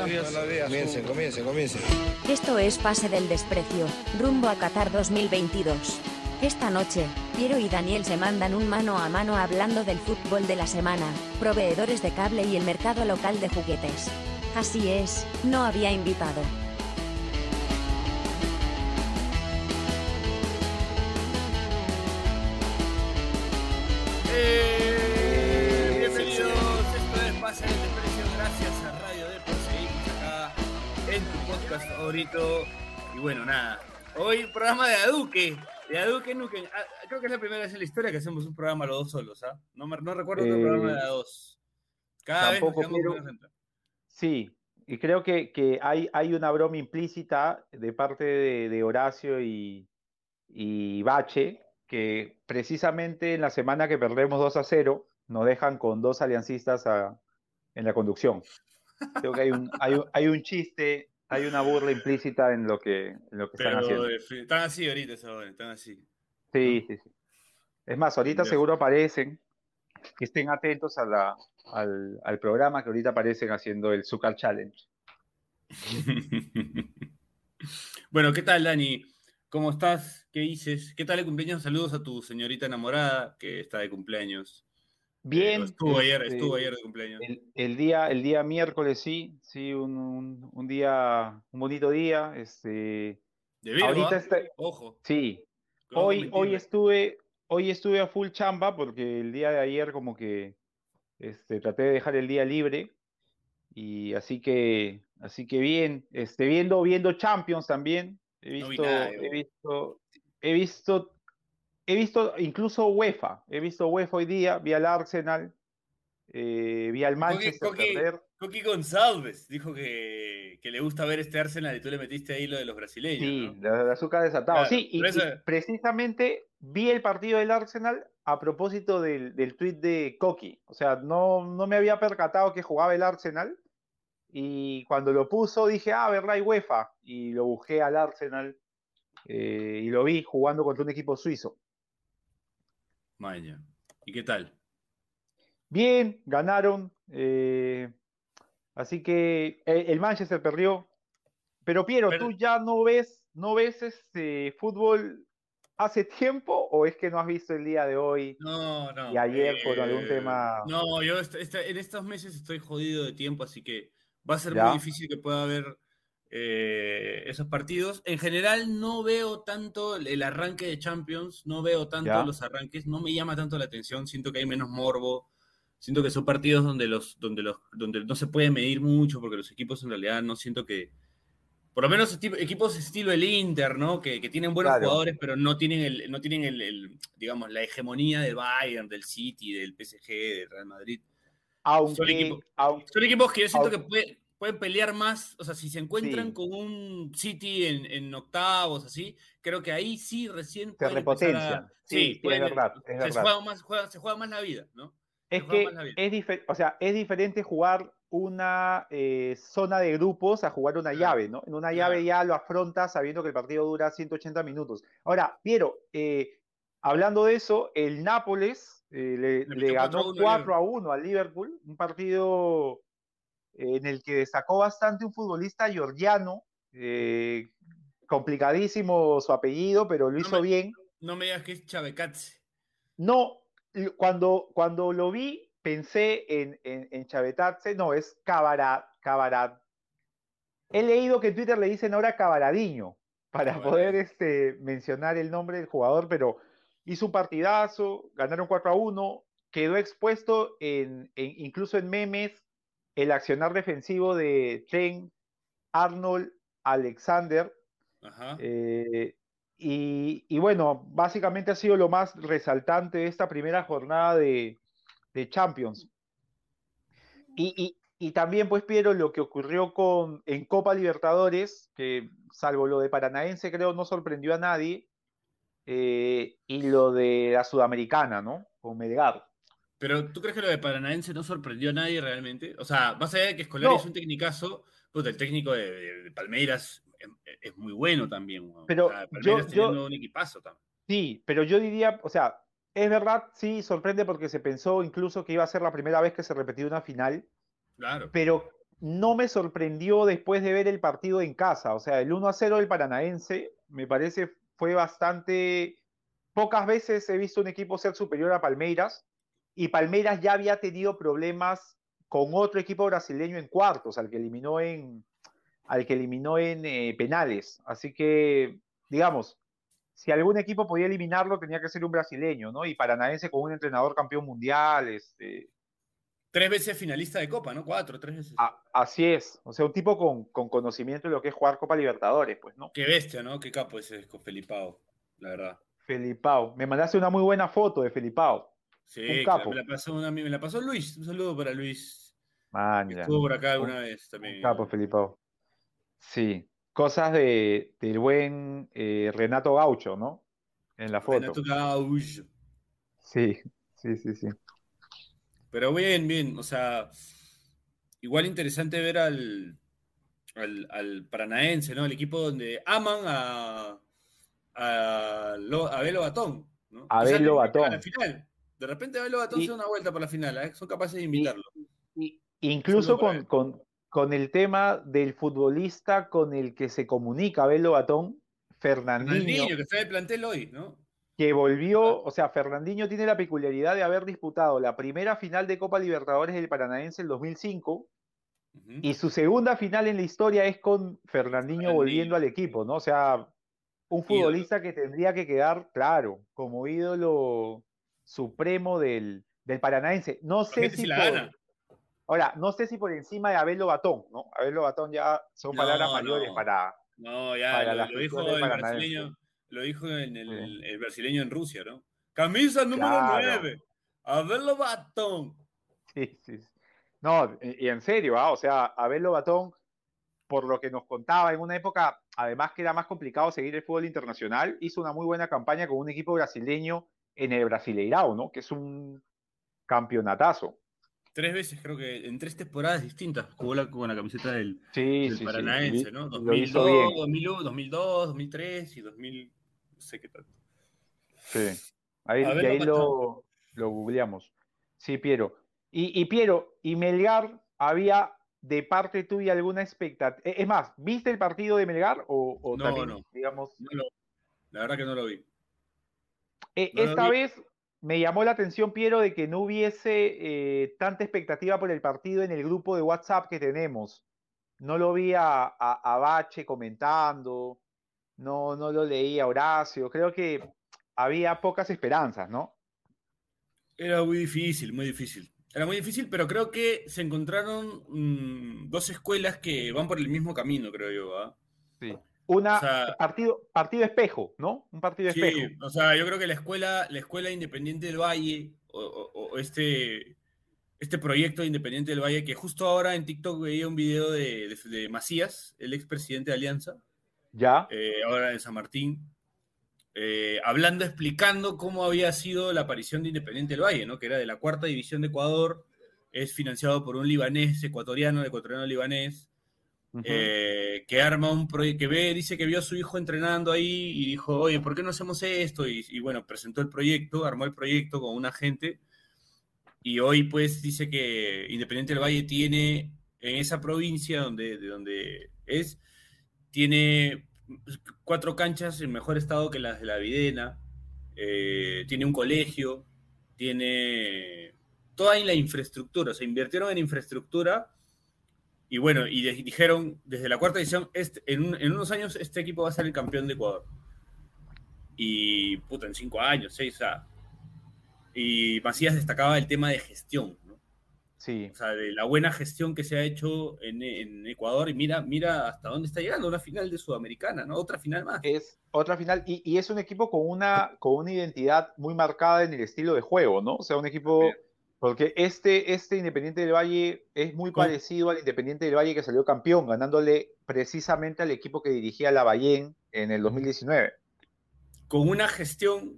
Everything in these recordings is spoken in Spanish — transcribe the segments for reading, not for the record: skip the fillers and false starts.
Comience. Esto es Pase del Desprecio, rumbo a Qatar 2022. Esta noche, Piero y Daniel se mandan un mano a mano hablando del fútbol de la semana, proveedores de cable y el mercado local de juguetes. Así es, no había invitado. Bienvenidos, esto es Pase del Desprecio, gracias a Radio Depor, seguimos acá en tu podcast favorito. Y bueno, nada, hoy programa de Aduque Nuken. Creo que es la primera vez en la historia que hacemos un programa los dos solos, ¿ah? No recuerdo otro programa de a dos. Cada vez nos quedamos menos gente. Sí, y creo que hay una broma implícita de parte de Horacio y Bache, que precisamente en la semana que perdemos 2-0, nos dejan con dos aliancistas en la conducción. Creo que hay un chiste, hay una burla implícita en lo que están haciendo. Están así ahorita, están así. Sí, ¿no? Sí. Es más, ahorita seguro aparecen, que estén atentos al programa, que ahorita aparecen haciendo el Zucker Challenge. Bueno, ¿qué tal, Dani? ¿Cómo estás? ¿Qué dices? ¿Qué tal el cumpleaños? Saludos a tu señorita enamorada que está de cumpleaños. Bien. Estuvo ayer de cumpleaños. El día miércoles, sí, un bonito día. De Virgo, ahorita ojo. Sí. Hoy estuve a full chamba porque el día de ayer como que traté de dejar el día libre y así que bien, viendo Champions también. He visto incluso UEFA. He visto UEFA hoy día, vi al Arsenal, vi al Manchester perder. Coqui González dijo que le gusta ver este Arsenal y tú le metiste ahí lo de los brasileños. Sí, ¿no? el azúcar desatado. Claro, sí, y precisamente vi el partido del Arsenal a propósito del tuit de Coqui. O sea, no me había percatado que jugaba el Arsenal y cuando lo puso dije, verdad, hay UEFA. Y lo busqué al Arsenal y lo vi jugando contra un equipo suizo. Maña. ¿Y qué tal? Bien, ganaron. Así que el Manchester perdió. Pero Piero, ¿tú ya no ves fútbol hace tiempo o es que no has visto el día de hoy? No. Y ayer por algún tema. No, yo en estos meses estoy jodido de tiempo, así que va a ser muy difícil que pueda ver esos partidos. En general no veo tanto el arranque de Champions, no veo tanto los arranques, no me llama tanto la atención, siento que hay menos morbo, siento que son partidos donde no se puede medir mucho, porque los equipos en realidad no siento que, por lo menos equipos estilo el Inter, ¿no? Que tienen buenos jugadores, pero no tienen el digamos, la hegemonía del Bayern, del City, del PSG, del Real Madrid. Son equipos que yo siento que pueden pelear más, o sea, si se encuentran con un City en octavos, así, creo que ahí sí recién se repotencian. Sí, es verdad. Se juega más la vida, ¿no? Es que es diferente jugar una zona de grupos a jugar una llave, ¿no? En una llave ya lo afrontas sabiendo que el partido dura 180 minutos. Ahora, Piero, hablando de eso, el Nápoles le ganó 4-1 al Liverpool, un partido en el que destacó bastante un futbolista georgiano, complicadísimo su apellido, pero lo hizo bien. No me digas que es Chavecatze. No, cuando lo vi, pensé en Chavetazze, no, es Cabarad. He leído que en Twitter le dicen ahora Cabaradiño, para poder mencionar el nombre del jugador, pero hizo un partidazo, ganaron 4-1, quedó expuesto incluso en memes el accionar defensivo de Trent Arnold Alexander. Ajá. Y bueno, básicamente ha sido lo más resaltante de esta primera jornada de Champions. Y también, pues, Piero, lo que ocurrió en Copa Libertadores, que salvo lo de Paranaense, creo, no sorprendió a nadie, y lo de la Sudamericana, ¿no? Con Melgar. Pero, ¿tú crees que lo de Paranaense no sorprendió a nadie realmente? O sea, más allá de que Scolari es un tecnicazo, pues el técnico de Palmeiras es muy bueno también. Pero Palmeiras teniendo un equipazo también. Sí, pero yo diría, o sea, es verdad, sí, sorprende porque se pensó incluso que iba a ser la primera vez que se repetía una final. Claro. Pero no me sorprendió después de ver el partido en casa. O sea, el 1-0 del Paranaense me parece fue bastante... Pocas veces he visto un equipo ser superior a Palmeiras y Palmeiras ya había tenido problemas con otro equipo brasileño en cuartos, al que eliminó en penales. Así que, digamos, si algún equipo podía eliminarlo, tenía que ser un brasileño, ¿no? Y Paranaense con un entrenador campeón mundial, 3 veces finalista de Copa, ¿no? 3 veces. así es. O sea, un tipo con conocimiento de lo que es jugar Copa Libertadores, pues, ¿no? Qué bestia, ¿no? Qué capo ese con Felipao, la verdad. Felipao. Me mandaste una muy buena foto de Felipao. Un Sí, claro, capo. me la pasó Luis. Un saludo para Luis, que Man, estuvo por acá un, alguna vez un también. capo, Felipao. Sí. Cosas del buen Renato Gaucho, ¿no? En la Renato foto. Gaúcho. Sí, sí, sí, sí. Pero bien, bien. O sea, igual interesante ver al Paranaense, ¿no? El equipo donde aman a Belo Batón, ¿no? Quizás Abel lo inviten a la Lobatón. final. De repente Belo Batón se da Y, una vuelta por la final, ¿eh? Son capaces de y, invitarlo. incluso Saludo para él. con el tema del futbolista con el que se comunica Abel Lobatón, Fernandinho, Fernandinho, que está en el plantel hoy, ¿no? que volvió, o sea, Fernandinho tiene la peculiaridad de haber disputado la primera final de Copa Libertadores del Paranaense en 2005 Ujú. y su segunda final en la historia es con Fernandinho Fernandinho, volviendo al equipo, ¿no? O sea, un ídolo. futbolista que tendría que quedar, claro, como ídolo supremo del Paranaense. No sé Imagínate si si la por, gana. ahora, no sé si por encima de Abel Lobatón, ¿no? Abel Lobatón ya son palabras No, mayores no. No, ya para lo, la lo afición dijo del el Paranaense. brasileño, lo dijo en Sí, el brasileño en Rusia, ¿no? Camisa número claro, 9, a verlo Batón. sí, sí. Sí. No, y en serio, o sea, Abel Lobatón, por lo que nos contaba en una época, además que era más complicado seguir el fútbol internacional, hizo una muy buena campaña con un equipo brasileño en el Brasileirao, ¿no? Que es un campeonatazo. 3 veces creo que en 3 temporadas distintas jugó con la camiseta Sí, del sí, sí, Paranaense, ¿no? lo hizo bien. 2002, 2001, 2002, 2003 y 2000, no sé qué tanto. Sí, A ahí, y verlo ahí Batón. lo googleamos. Sí, Piero. Y Piero, ¿y Melgar había de parte tuya alguna expectativa? Es más, ¿viste el partido de Melgar o No, también, no, digamos, no lo- la verdad que no lo vi. No lo esta vi. vez me llamó la atención, Piero, de que no hubiese tanta expectativa por el partido en el grupo de WhatsApp que tenemos? No lo vi a Bache comentando, no lo leí a Horacio, creo que había pocas esperanzas, ¿no? Era muy difícil, muy difícil. Era muy difícil, pero creo que se encontraron dos escuelas que van por el mismo camino, creo yo, ¿ah? Sí. O Una sea, partido espejo, ¿no? Un partido espejo. sí, o sea, yo creo que la escuela Independiente del Valle, o este proyecto de Independiente del Valle, que justo ahora en TikTok veía un video de Macías, el expresidente de Alianza, ¿Ya? ahora en San Martín, hablando, explicando cómo había sido la aparición de Independiente del Valle, ¿no? Que era de la cuarta división de Ecuador, es financiado por un libanés ecuatoriano libanés, Ujú. que arma un proyecto, dice que vio a su hijo entrenando ahí y dijo, oye, ¿por qué no hacemos esto? Y bueno, presentó el proyecto, armó el proyecto con un agente y hoy pues dice que Independiente del Valle tiene en esa provincia de donde es, tiene 4 canchas en mejor estado que las de la Videna, tiene un colegio, tiene toda la infraestructura, o sea, invirtieron en infraestructura y bueno, y dijeron desde la cuarta edición, en unos años este equipo va a ser el campeón de Ecuador. Y puta, en 5 años, 6, o sea, y Macías destacaba el tema de gestión, ¿no? Sí, O sea, de la buena gestión que se ha hecho en Ecuador y mira hasta dónde está llegando, una final de Sudamericana, ¿no? Otra final más. es otra final y es un equipo con una identidad muy marcada en el estilo de juego, ¿no? O sea, un equipo, porque este Independiente del Valle es muy Con, parecido al Independiente del Valle que salió campeón, ganándole precisamente al equipo que dirigía Lavallén en el 2019. con una gestión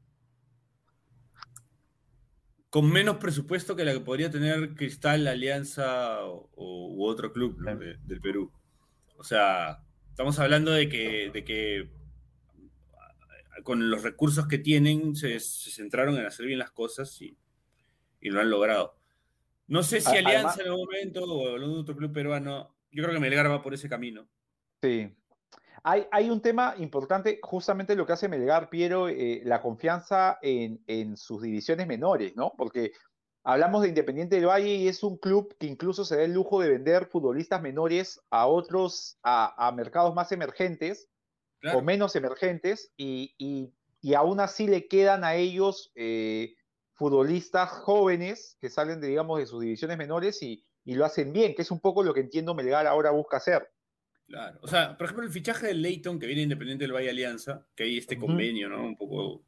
con menos presupuesto que la que podría tener Cristal, Alianza u otro club, ¿no? Del Perú. O sea, estamos hablando de que con los recursos que tienen se centraron en hacer bien las cosas y lo han logrado. No sé si Además, Alianza en algún momento o algún otro club peruano. Yo creo que Melgar va por ese camino. sí. Hay un tema importante, justamente lo que hace Melgar, Piero, la confianza en sus divisiones menores, ¿no? Porque hablamos de Independiente del Valle y es un club que incluso se da el lujo de vender futbolistas menores a otros, a mercados más emergentes o Claro. menos emergentes, y aún así le quedan a ellos futbolistas jóvenes que salen, digamos, de sus divisiones menores y lo hacen bien, que es un poco lo que entiendo Melgar ahora busca hacer. Claro. O sea, por ejemplo, el fichaje del Leighton, que viene Independiente del Valle Alianza, que hay este Ujú. convenio, ¿no? Un poco.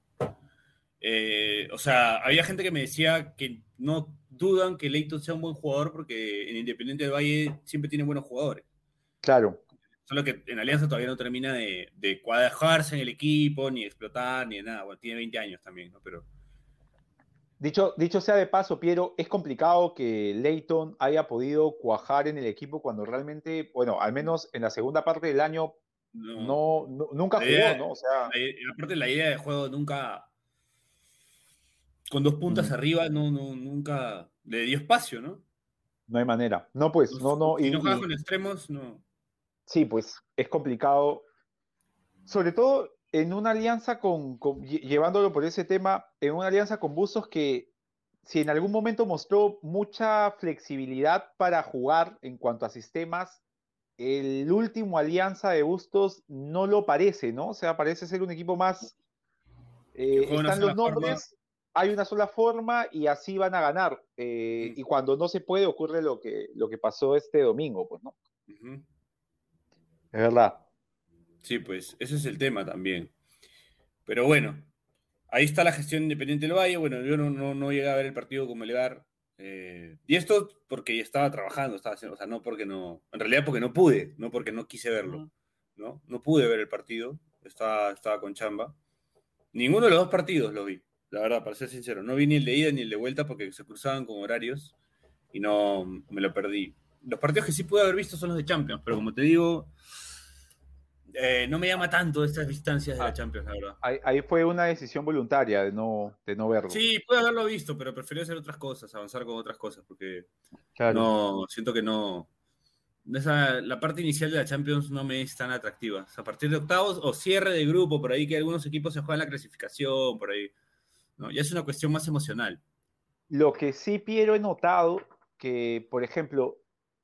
O sea, había gente que me decía que no dudan que Leighton sea un buen jugador porque en Independiente del Valle siempre tiene buenos jugadores. Claro. Solo que en Alianza todavía no termina de cuadrarse en el equipo, ni explotar, ni de nada. Bueno, tiene 20 años también, ¿no? Pero Dicho sea de paso, Piero, es complicado que Leighton haya podido cuajar en el equipo cuando realmente, bueno, al menos en la segunda parte del año no. nunca La jugó, idea, ¿no? O sea, aparte la idea de juego nunca, con dos puntas mm, arriba, nunca le dio espacio, ¿no? no hay manera. No, pues, no, Si no juegas con extremos, no. sí, pues es complicado, sobre todo en una alianza llevándolo por ese tema, en una alianza con Bustos que si en algún momento mostró mucha flexibilidad para jugar en cuanto a sistemas, el último Alianza de Bustos no lo parece, ¿no? O sea, parece ser un equipo más, Que juega una están los sola forma. nombres, hay una sola forma y así van a ganar. Mm, Y cuando no se puede ocurre lo que pasó este domingo, pues, ¿no? ujú. Es verdad. Sí, pues, ese es el tema también. Pero bueno, ahí está la gestión independiente del Valle. Bueno, yo no llegué a ver el partido con Melgar. Y esto porque estaba trabajando, estaba haciendo, o sea, no porque no, en realidad porque no pude, no porque no quise verlo, ¿no? No pude ver el partido, estaba con chamba. Ninguno de los dos partidos lo vi, la verdad, para ser sincero. No vi ni el de ida ni el de vuelta porque se cruzaban con horarios y no me lo perdí. Los partidos que sí pude haber visto son los de Champions, pero como te digo, no me llama tanto estas distancias de la Ah, Champions, la verdad. ahí fue una decisión voluntaria de no verlo. Sí, pude haberlo visto, pero preferí hacer otras cosas, avanzar con otras cosas, porque Claro. no, siento que no. La parte inicial de la Champions no me es tan atractiva. O sea, a partir de octavos o cierre de grupo, por ahí que algunos equipos se juegan la clasificación, por ahí. ¿No? Ya es una cuestión más emocional. Lo que sí, Piero, he notado que, por ejemplo,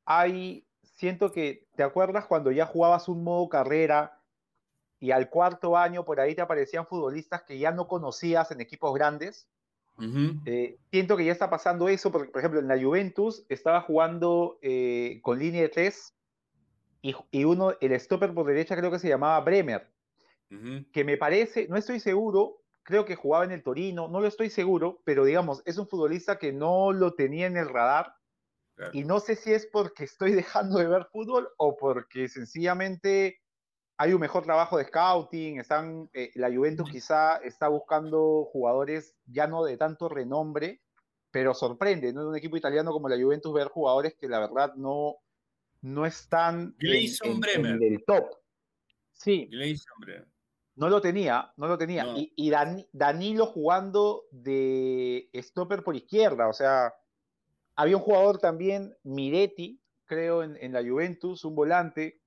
siento que, ¿te acuerdas cuando ya jugabas un modo carrera y al cuarto año por ahí te aparecían futbolistas que ya no conocías en equipos grandes? Ujú. Siento que ya está pasando eso, porque, por ejemplo, en la Juventus estaba jugando con línea de tres y el stopper por derecha creo que se llamaba Bremer, Ujú. que me parece, no estoy seguro, creo que jugaba en el Torino, no lo estoy seguro, pero digamos, es un futbolista que no lo tenía en el radar. Claro. Y no sé si es porque estoy dejando de ver fútbol o porque sencillamente hay un mejor trabajo de scouting, la Juventus quizá está buscando jugadores ya no de tanto renombre, pero sorprende, ¿no? En un equipo italiano como la Juventus ver jugadores que la verdad no están Gleison Bremer. en el top. Sí, Gleison Bremer. no lo tenía, no lo tenía. No, Danilo jugando de stopper por izquierda, o sea, había un jugador también, Miretti, creo, en la Juventus, un volante,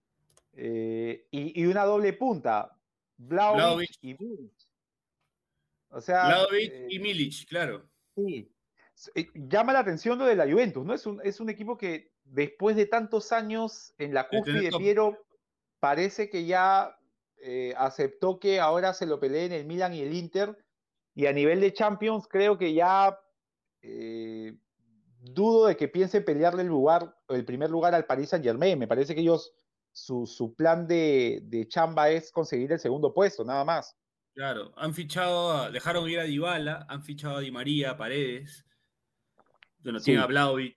y una doble punta, Vlahovic Vlahovic, y Milic. O sea, Vlahovic y Milic, claro. sí. Llama la atención lo de la Juventus, ¿no? Es un equipo que después de tantos años en la De tener cúspide, top. Piero, parece que ya aceptó que ahora se lo peleen el Milan y el Inter, y a nivel de Champions creo que ya eh, dudo de que piense pelearle el primer lugar al Paris Saint-Germain. Me parece que ellos, su plan de chamba es conseguir el segundo puesto, nada más. Claro, dejaron ir a Dybala, han fichado a Di María, a Paredes, bueno, tiene a Sí, Vlahovic.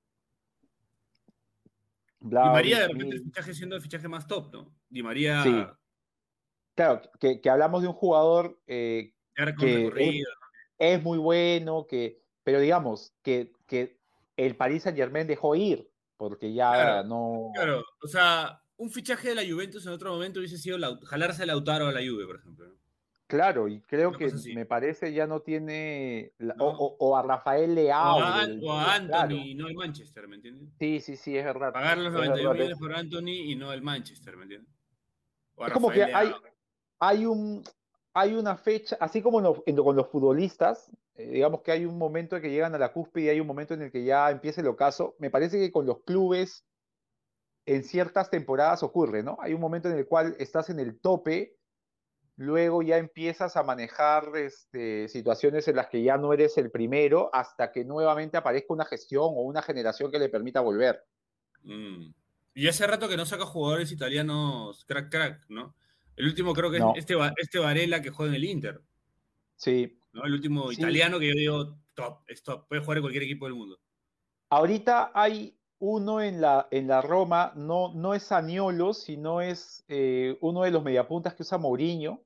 Di María de Vlahovic, repente el fichaje siendo el fichaje más top, ¿no? Di María sí. Claro, que hablamos de un jugador ya con que recorrido. es muy bueno, pero digamos que el Paris Saint-Germain dejó ir, porque ya Claro, no. claro. O sea, un fichaje de la Juventus en otro momento hubiese sido jalarse a Lautaro a la Juve, por ejemplo, ¿no? Claro, y creo Una que cosa así. me parece ya no tiene, ¿No? o a Rafael Leao O a claro. Anthony, no el Manchester, ¿me entiendes? Sí, sí, sí, Pagar los es 92 verdad. millones por Anthony y no el Manchester, ¿me entiendes? O a Es como Rafael que Leao. hay un, hay una fecha, así como con los futbolistas, digamos que hay un momento en que llegan a la cúspide y hay un momento en el que ya empieza el ocaso. Me parece que con los clubes en ciertas temporadas ocurre, ¿no? Hay un momento en el cual estás en el tope, luego ya empiezas a manejar situaciones en las que ya no eres el primero hasta que nuevamente aparezca una gestión o una generación que le permita volver. Mm. Y hace rato que no saca jugadores italianos crack, crack, ¿no? El último creo que es No, este Varela que juega en el Inter, sí, ¿no? El último sí. italiano que yo digo top, es top, puede jugar en cualquier equipo del mundo. Ahorita hay uno en la Roma, no es Zaniolo, sino es uno de los mediapuntas que usa Mourinho.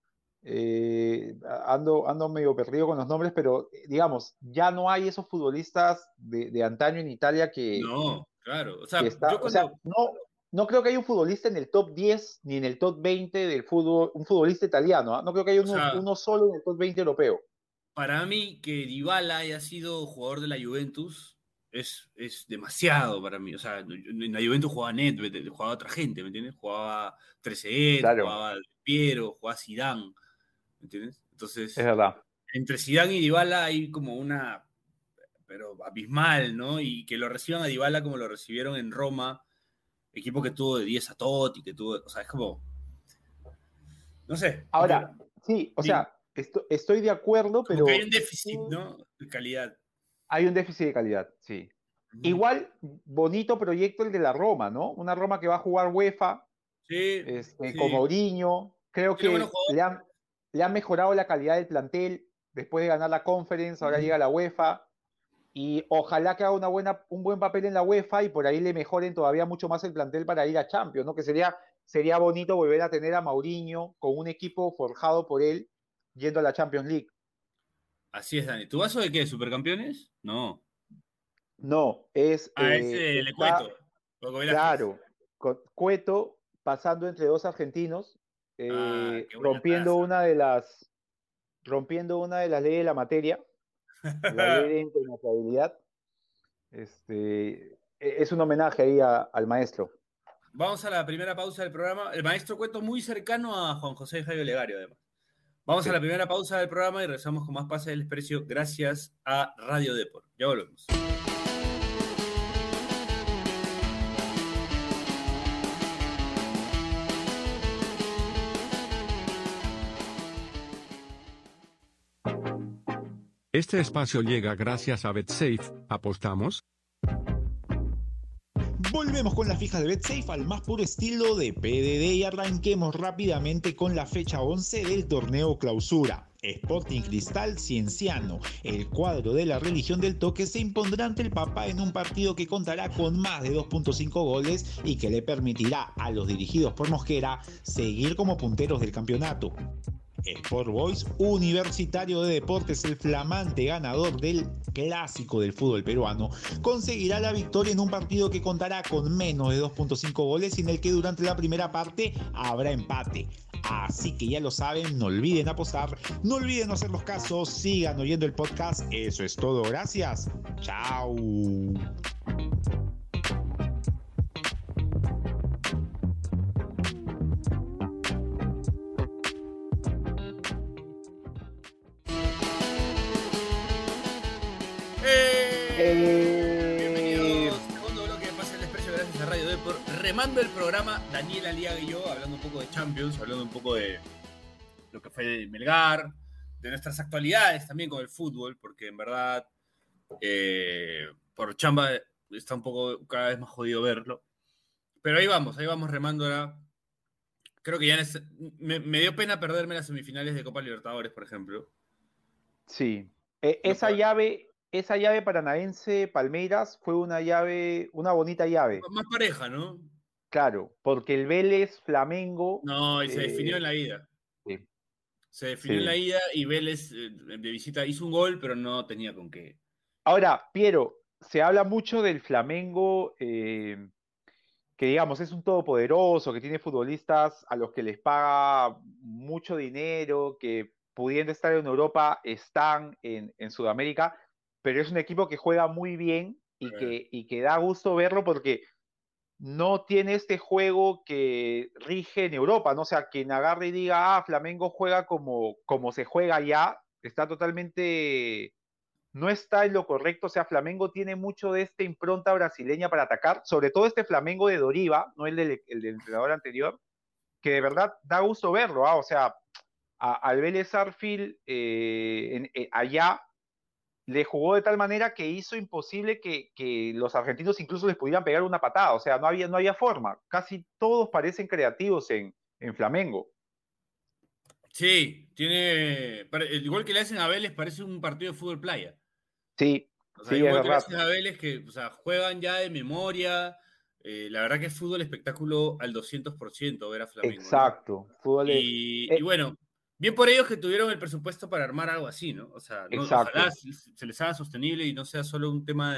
Ando medio perdido con los nombres, pero digamos, ya no hay esos futbolistas de antaño en Italia No, claro. O que sea, está, yo o sea, cuando, no creo que haya un futbolista en el top 10 ni en el top 20 del fútbol, un futbolista italiano, ¿ah? No creo que haya o sea, uno solo en el top 20 europeo. para mí que Dybala haya sido jugador de la Juventus es demasiado para mí. O sea, en la Juventus jugaba Nedved, jugaba otra gente, ¿me entiendes? Jugaba Trezeguet, Claro, jugaba Del Piero, jugaba Zidane, ¿me entiendes? es Entonces, verdad. entre Zidane y Dybala hay como una, pero abismal, ¿no? Y que lo reciban a Dybala como lo recibieron en Roma, equipo que tuvo de 10 a Totti, que tuvo, o sea, es como, no sé, Ahora, sí, o sea, estoy de acuerdo, como que hay pero un déficit, sí ¿no? De calidad. hay un déficit de calidad, sí. Ujú. Igual, bonito proyecto el de la Roma, ¿no? Una Roma que va a jugar UEFA, Sí, con sí. Mourinho. Creo Tiene buenos que jugadores. le han mejorado la calidad del plantel después de ganar la Conference, ahora llega la UEFA. Y ojalá que haga un buen papel en la UEFA y por ahí le mejoren todavía mucho más el plantel para ir a Champions, ¿no? Que sería bonito volver a tener a Mourinho con un equipo forjado por él yendo a la Champions League. Así es, Dani. ¿Tu vaso de qué? ¿Supercampeones? No. No, Ese le cuento. está Coco Velázquez. claro, con Cueto pasando entre dos argentinos, Ah, qué buena rompiendo taza. una de las leyes de la materia, la ley de internacionalidad. Es un homenaje ahí al maestro. Vamos a la primera pausa del programa. El maestro Cueto muy cercano a Juan José Javier Legario, además. Vamos a la Sí. primera pausa del programa y regresamos con más Pase del Desprecio gracias a Radio Deport. Ya volvemos. Este espacio llega gracias a BetSafe. ¿Apostamos? Volvemos con la fija de BetSafe al más puro estilo de PDD y arranquemos rápidamente con la fecha 11 del torneo Clausura. Sporting Cristal Cienciano, el cuadro de la religión del toque, se impondrá ante el Papá en un partido que contará con más de 2.5 goles y que le permitirá a los dirigidos por Mosquera seguir como punteros del campeonato. Sport Boys, Universitario de Deportes, el flamante ganador del clásico del fútbol peruano, conseguirá la victoria en un partido que contará con menos de 2.5 goles y en el que durante la primera parte habrá empate. Así que ya lo saben, no olviden apostar, no olviden no hacer los casos, sigan oyendo el podcast. Eso es todo, gracias. Chao. Eh, Bienvenidos, segundo bloque de Pase el Desprecio gracias a Radio Deport. Remando el programa, Daniel Aliaga y yo, hablando un poco de Champions, hablando un poco de lo que fue Melgar, de nuestras actualidades también con el fútbol, porque en verdad por chamba está un poco cada vez más jodido verlo. Pero ahí vamos remando ahora. Creo que ya me dio pena perderme las semifinales de Copa Libertadores, por ejemplo. sí. No puedo- Esa llave paranaense Palmeiras fue una bonita llave, más pareja, ¿no? claro, porque el Vélez Flamengo, No, y se definió en la ida. sí, Se definió en la sí. ida y Vélez de visita hizo un gol, pero no tenía con qué. Ahora, Piero, se habla mucho del Flamengo, que digamos es un todopoderoso, que tiene futbolistas a los que les paga mucho dinero, que pudiendo estar en Europa están en Sudamérica, pero es un equipo que juega muy bien y que da gusto verlo porque no tiene este juego que rige en Europa, ¿no? O sea, quien agarre y diga, ah, Flamengo juega como se juega allá, está totalmente, no está en lo correcto. O sea, Flamengo tiene mucho de esta impronta brasileña para atacar, sobre todo este Flamengo de Doriva, no el del entrenador anterior, que de verdad da gusto verlo, ¿ah? O sea, al Vélez Arfield allá le jugó de tal manera que hizo imposible que los argentinos incluso les pudieran pegar una patada. O sea, no había forma. Casi todos parecen creativos en Flamengo. Sí, igual que le hacen a Vélez, parece un partido de fútbol playa. Sí, O sea, sí, es igual que le verdad. hacen a Vélez, que o sea, juegan ya de memoria. La verdad que es fútbol espectáculo al 200% ver a Flamengo, ¿no? Exacto. Fútbol Y bueno, bien por ellos que tuvieron el presupuesto para armar algo así, ¿no? O sea, ojalá exacto. se les haga sostenible y no sea solo un tema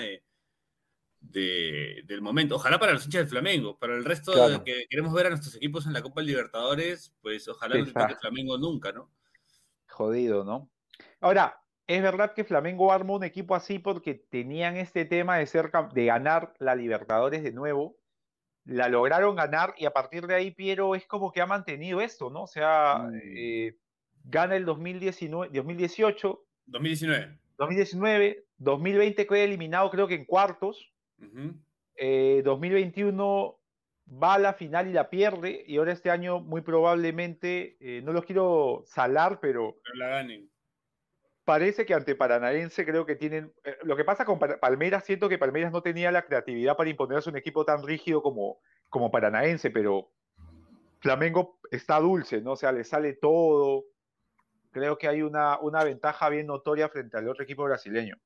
del momento. Ojalá para los hinchas del Flamengo, para el resto de Claro. que queremos ver a nuestros equipos en la Copa Libertadores, pues ojalá no te toque Está Flamengo nunca, ¿no? jodido, ¿no? Ahora, es verdad que Flamengo armó un equipo así porque tenían este tema de ganar la Libertadores de nuevo. La lograron ganar y a partir de ahí Piero es como que ha mantenido esto, ¿no? O sea, Mm. gana el 2019, 2018, 2019. 2019, 2020 queda eliminado creo que en cuartos, Ujú. 2021 va a la final y la pierde y ahora este año muy probablemente, no los quiero salar, pero Pero la ganen. parece que ante Paranaense creo que tienen. Lo que pasa con Palmeiras, siento que Palmeiras no tenía la creatividad para imponerse un equipo tan rígido como Paranaense, pero Flamengo está dulce, ¿no? O sea, le sale todo. Creo que hay una ventaja bien notoria frente al otro equipo brasileño.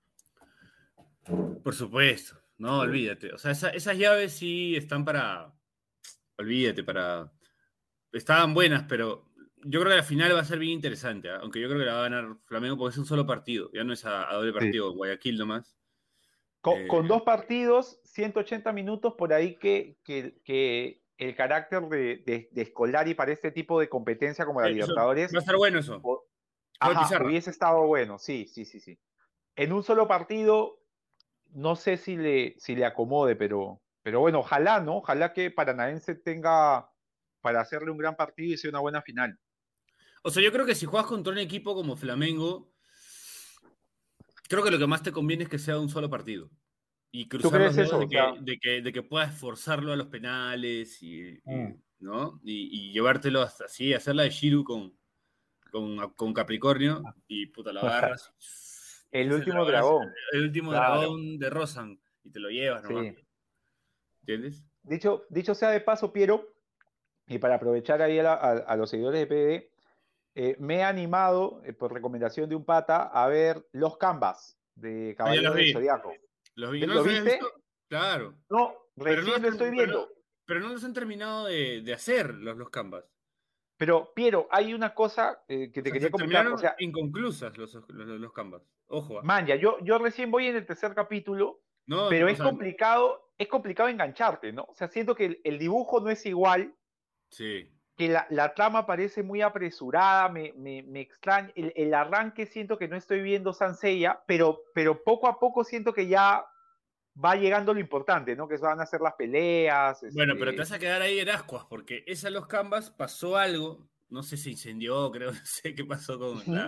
Por supuesto, no, olvídate. O sea, esas llaves sí están para. Olvídate, para. Estaban buenas, pero yo creo que la final va a ser bien interesante, ¿ah? Aunque yo creo que la va a ganar Flamengo porque es un solo partido, ya no es a doble Sí. partido, Guayaquil nomás. Con dos partidos, 180 minutos, por ahí que el carácter de Scolari para este tipo de competencia como la Eso, va Libertadores, a estar bueno eso. Juego de ajá, pizarra. hubiese estado bueno, sí, sí, sí, sí. En un solo partido, no sé si le acomode, pero bueno, ojalá, ¿no? Ojalá que Paranaense tenga para hacerle un gran partido y sea una buena final. O sea, yo creo que si juegas contra un equipo como Flamengo, creo que lo que más te conviene es que sea un solo partido. Y ¿Tú cruzar los crees dedos eso? de O sea, que puedas forzarlo a los penales mm, ¿no? Y llevártelo hasta así, hacer la de Shiru con Capricornio y puta, lo agarras. Y el ese es el último dragón, así, dragón, el último claro, dragón de Rosan y te lo llevas nomás. sí. ¿Entiendes? Dicho sea de paso, Piero, y para aprovechar ahí a los seguidores de PD, me he animado, por recomendación de un pata, a ver Los Canvas de Ah, ya los Caballeros del vi. Zodiaco. Los vi. ¿No ¿Lo los habías visto? viste? Claro. No, Pero no, recién lo estoy viendo. pero no los han terminado de hacer los Canvas. Pero, Piero, hay una cosa que O te sea, quería se comentar. O terminaron sea, inconclusas los Canvas. Ojo, ¿ah? man, ya, yo recién voy en el tercer capítulo, No, pero o sea, es complicado engancharte, ¿no? O sea, siento que el dibujo no es igual, sí. que la trama parece muy apresurada, me extraña, el arranque siento que no estoy viendo Sansella, pero poco a poco siento que ya va llegando lo importante, ¿no? Que van a ser las peleas, Bueno, pero te vas a quedar ahí en ascuas, porque esa los Canvas pasó algo, no sé, se incendió, creo, no sé qué pasó Ujú.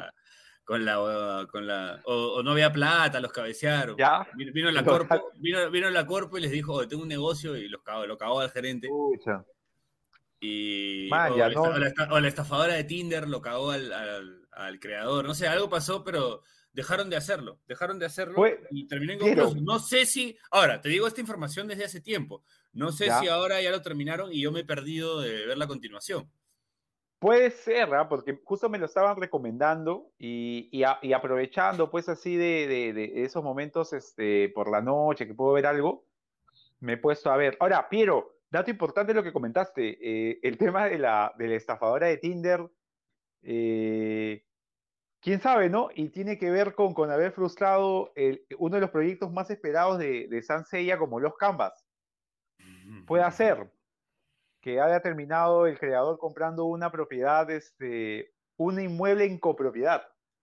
o no había plata, los cabecearon. Ya, Vino la lo Corpo, vino la Corpo y les dijo, "Oh, tengo un negocio", y lo cagó al gerente. escucha. Y, Man, ya no, o la estafadora de Tinder lo cagó al creador. No sé, algo pasó, pero dejaron de hacerlo fue, y terminó inconcluso. Piero, No sé si, ahora, te digo esta información desde hace tiempo, no sé si ya. ahora ya lo terminaron y yo me he perdido de ver la continuación. Puede ser, ¿ah? Porque justo me lo estaban recomendando y aprovechando pues así de esos momentos por la noche que puedo ver algo, me he puesto a ver. Ahora, Piero, dato importante lo que comentaste, el tema de la estafadora de Tinder, eh, quién sabe, ¿no? Y tiene que ver con haber frustrado uno de los proyectos más esperados de Sansella como los Canvas. Puede ser que haya terminado el creador comprando una propiedad, un inmueble en copropiedad.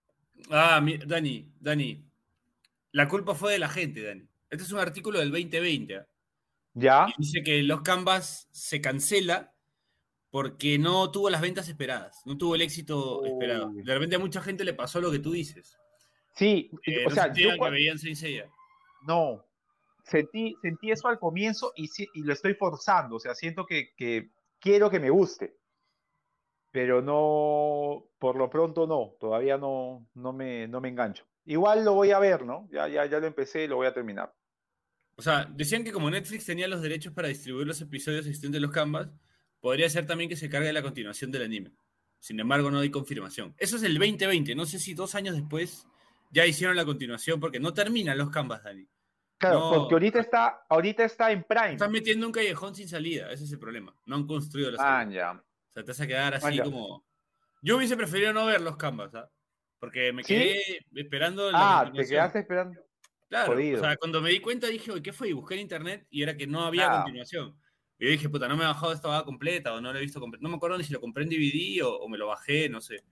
Dani, la culpa fue de la gente, Dani. Este es un artículo del 2020. ¿Ya? Y dice que los Canvas se cancela porque no tuvo las ventas esperadas, no tuvo el éxito esperado. De repente a mucha gente le pasó lo que tú dices. Sí, o sea, que veían Saint Seiya. No, sentí eso al comienzo y lo estoy forzando, o sea, siento que quiero que me guste, pero no, por lo pronto no, todavía no me engancho. Igual lo voy a ver, ¿no? Ya lo empecé y lo voy a terminar. O sea, decían que como Netflix tenía los derechos para distribuir los episodios existentes de los Canvas, podría ser también que se cargue la continuación del anime. Sin embargo, no hay confirmación. Eso es el 2020, no sé si 2 años después ya hicieron la continuación, porque no terminan los Canvas, Dani. Claro, no, porque ahorita está en Prime. Están metiendo un callejón sin salida, ese es el problema. No han construido la salida. Ya. O sea, te vas a quedar así como... Yo hubiese preferido no ver los Canvas, ¿ah? Porque me quedé esperando la continuación. Te quedaste esperando. Claro, Jodido. o sea, cuando me di cuenta dije, ¿qué fue? Y busqué en internet y era que no había continuación. Y yo dije, puta, no me he bajado esta vaga completa o no lo he visto completa. No me acuerdo ni si lo compré en DVD o me lo bajé, no sé.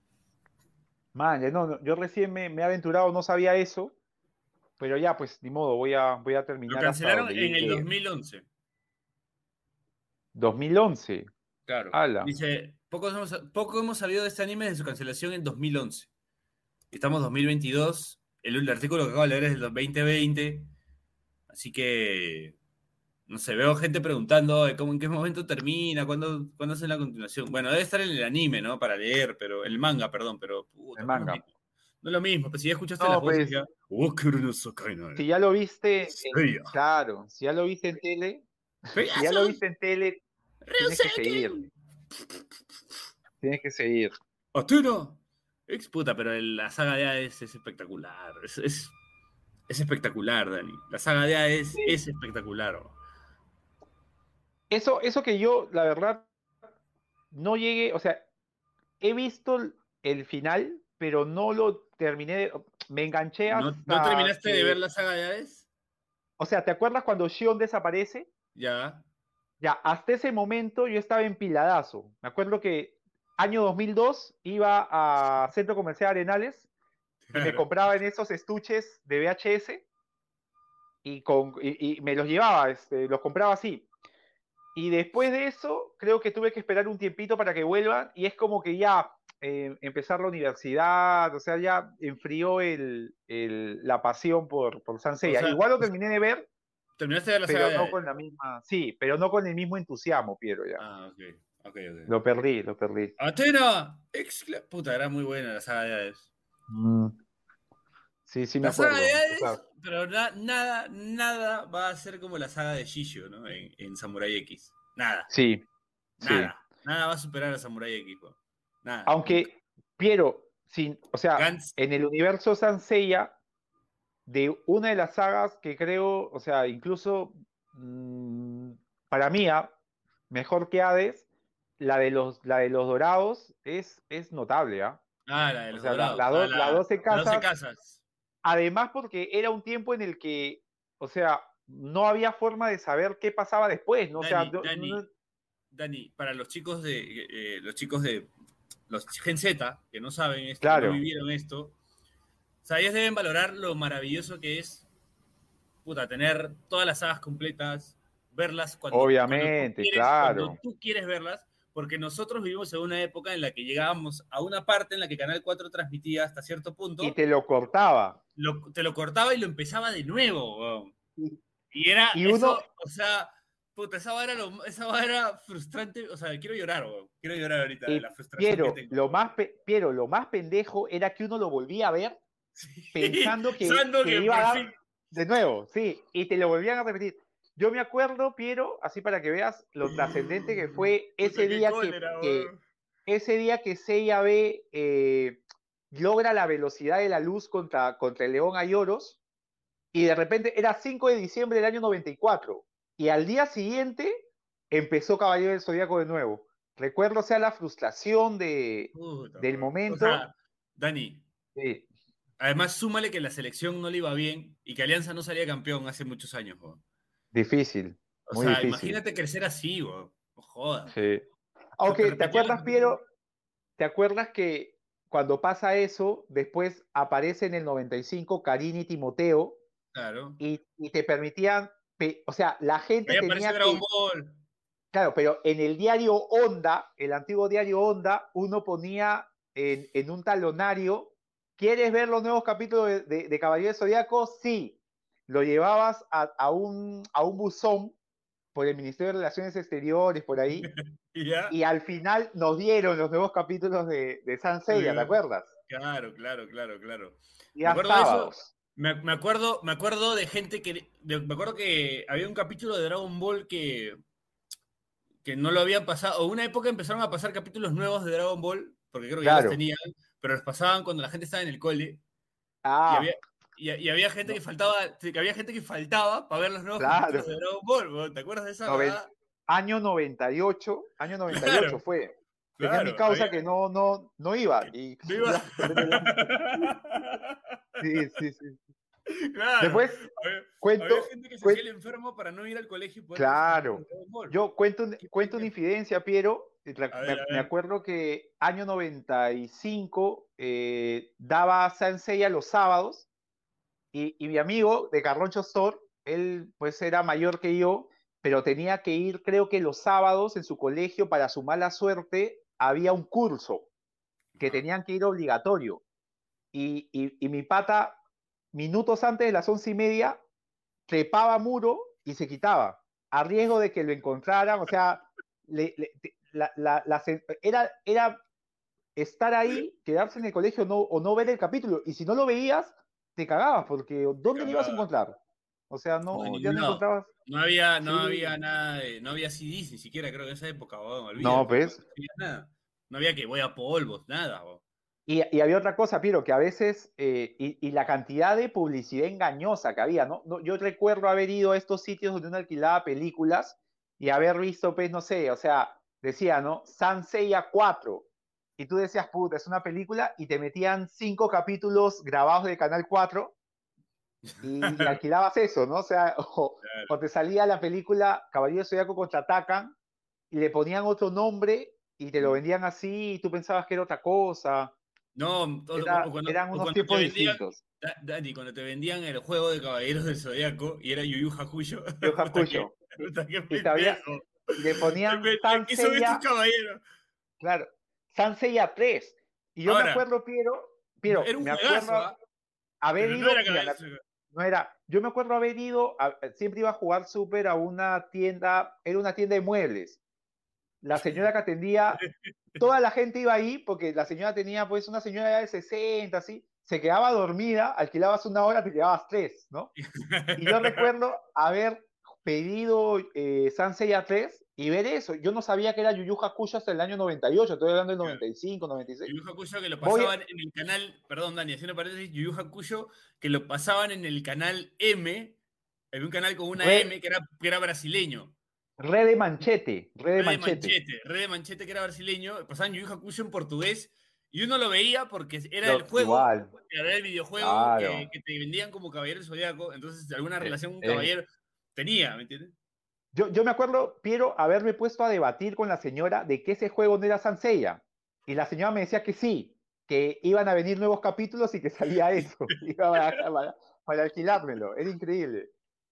No, yo recién me he aventurado, no sabía eso. Pero ya, pues, ni modo, voy a terminar. Lo cancelaron en el 2011. 2011. Claro. Ala. Dice, poco hemos sabido de este anime desde su cancelación en 2011. Estamos en 2022. El artículo que acabo de leer es del 2020. Así que, no sé, veo gente preguntando en qué momento termina, cuándo hacen la continuación. Bueno, debe estar en el anime, ¿no? Para leer, el manga, perdón, pero... Puta, el manga. No es lo mismo, pues si ya escuchaste las voces ya... Si ya lo viste, claro, si ya lo viste en tele, tienes que seguir. Tienes que seguir. ¡Asturo! Puta, pero la saga de Hades es espectacular. Es espectacular, Dani. La saga de Hades es espectacular. Eso que yo, la verdad, no llegué, o sea, he visto el final, pero no lo terminé, me enganché hasta... ¿No terminaste de ver la saga de Hades? O sea, ¿te acuerdas cuando Shion desaparece? Ya. Ya, hasta ese momento yo estaba empiladazo. Me acuerdo que año 2002 iba a Centro Comercial Arenales y me compraba en esos estuches de VHS y me los llevaba, los compraba así. Y después de eso, creo que tuve que esperar un tiempito para que vuelvan y es como que ya empezar la universidad, o sea, ya enfrió la pasión por Saint Seiya. O sea, igual lo terminé de ver. ¿Terminaste de la saga? Pero no con la misma, sí, pero no con el mismo entusiasmo, Piero, ya. Ok. Lo perdí. ¡Atena! Puta, era muy buena la saga de Hades. Sí, me acuerdo. La saga de Hades, pero nada va a ser como la saga de Shishio, ¿no? En Samurai X. Nada. Sí. Nada va a superar a Samurai X, ¿no? Nada. Aunque, Piero, o sea, en el universo Saint Seiya, de una de las sagas que creo, o sea, incluso para mí, mejor que Hades, la de los dorados es notable, ¿ah? La de los dorados. La 12 casas. 12 casas. Además, porque era un tiempo en el que, o sea, no había forma de saber qué pasaba después, ¿no? Dani, para los chicos de los Gen Z que no saben esto, claro, no vivieron esto, o sea, ellos deben valorar lo maravilloso que es, tener todas las sagas completas, verlas cuando tú quieres verlas, porque nosotros vivimos en una época en la que llegábamos a una parte en la que Canal 4 transmitía hasta cierto punto. Y te lo cortaba. Te lo cortaba y lo empezaba de nuevo. Y era o sea, esa era frustrante. O sea, quiero llorar ahorita de la frustración que tengo. Lo más pendejo era que uno lo volvía a ver pensando que iba a dar de nuevo, sí, y te lo volvían a repetir. Yo me acuerdo, Piero, así para que veas lo trascendente que fue ese día que Seiya B logra la velocidad de la luz contra el León Ayoros, y de repente era 5 de diciembre del año 94, y al día siguiente empezó Caballero del Zodíaco de nuevo. Recuerdo, o sea, la frustración del momento. O sea, Dani, sí. Además, súmale que la selección no le iba bien y que Alianza no salía campeón hace muchos años. Difícil. O sea, imagínate crecer así, no jodas. Sí. Aunque, ¿te acuerdas, Piero? ¿Te acuerdas que cuando pasa eso, después aparece en el 95 Karina y Timoteo? Claro. Y te permitían, o sea, la gente ahí tenía que... Dragon Ball. Claro, pero en el diario Onda, el antiguo diario Onda, uno ponía en un talonario, ¿quieres ver los nuevos capítulos de Caballero del Zodíaco? Sí. Lo llevabas a un buzón por el Ministerio de Relaciones Exteriores, por ahí, y al final nos dieron los nuevos capítulos de Saint Seiya, ¿te acuerdas? Claro. Y a sábados. Me acuerdo de gente me acuerdo que había un capítulo de Dragon Ball que no lo habían pasado, o una época empezaron a pasar capítulos nuevos de Dragon Ball, porque creo que ya los tenían, pero los pasaban cuando la gente estaba en el cole. Y había gente que faltaba para ver los nuevos capítulos de Dragon Ball, ¿te acuerdas de esa? Año 98 claro, fue. Tenía mi causa que no iba. Y... No iba. Sí. Claro. Después había gente que se hacía el enfermo para no ir al colegio y poder claro. Yo cuento una infidencia, Piero. Me acuerdo que año 95 daba Saint Seiya los sábados y mi amigo de Carroncho Store, él pues era mayor que yo, pero tenía que ir, creo que los sábados en su colegio, para su mala suerte, había un curso que tenían que ir obligatorio. Y mi pata, minutos antes de las 11:30, trepaba muro y se quitaba, a riesgo de que lo encontraran. O sea, era estar ahí, quedarse en el colegio o no ver el capítulo. Y si no lo veías, te cagabas, porque ¿dónde lo ibas a encontrar? O sea, ya no encontrabas. No había nada no había CDs ni siquiera, creo que en esa época, no, pues. No había nada. No había que voy a polvos, nada. Y había otra cosa, Piero, que a veces, y la cantidad de publicidad engañosa que había, ¿no? Yo recuerdo haber ido a estos sitios donde uno alquilaba películas y haber visto, pues, no sé, o sea, decía, ¿no? Saint Seiya 4. Y tú decías, puta, es una película, y te metían 5 capítulos grabados de Canal 4 y alquilabas eso, ¿no? O sea, o te salía la película Caballero del Zodíaco contraatacan y le ponían otro nombre y te lo vendían así y tú pensabas que era otra cosa. No, eran unos tiempos distintos. Dani, cuando te vendían el juego de Caballeros del Zodíaco y era Yu Yu Hakusho. Y le ponían Saint Seiya. Claro, Saint Seiya 3. Y yo me acuerdo, Piero, era un me juegazo, acuerdo haber ido. No yo me acuerdo haber ido, siempre iba a jugar súper a una tienda, era una tienda de muebles. La señora que atendía, toda la gente iba ahí porque la señora tenía, pues, una señora de 60, así, se quedaba dormida, alquilabas 1 hora, te quedabas 3, ¿no? Y yo recuerdo haber pedido Saint Seiya 3 y ver eso. Yo no sabía que era Yu Yu Hakusho hasta el año 98, estoy hablando del 95, 96. Yu Yu Hakusho que lo pasaban en el canal, perdón Dani, haciendo paréntesis, Yu Yu Hakusho que lo pasaban en el canal M, en un canal con una M que era brasileño. Red de Manchete. Red de Manchete que era brasileño, pasaban Yu Yu Hakusho en portugués y uno lo veía porque era el juego, era el videojuego que te vendían como Caballero del Zodíaco, entonces alguna relación con Caballero tenía, ¿me entiendes? Yo me acuerdo, Piero, haberme puesto a debatir con la señora de que ese juego no era Saint Seiya. Y la señora me decía que sí, que iban a venir nuevos capítulos y que salía eso. para alquilármelo. Era increíble.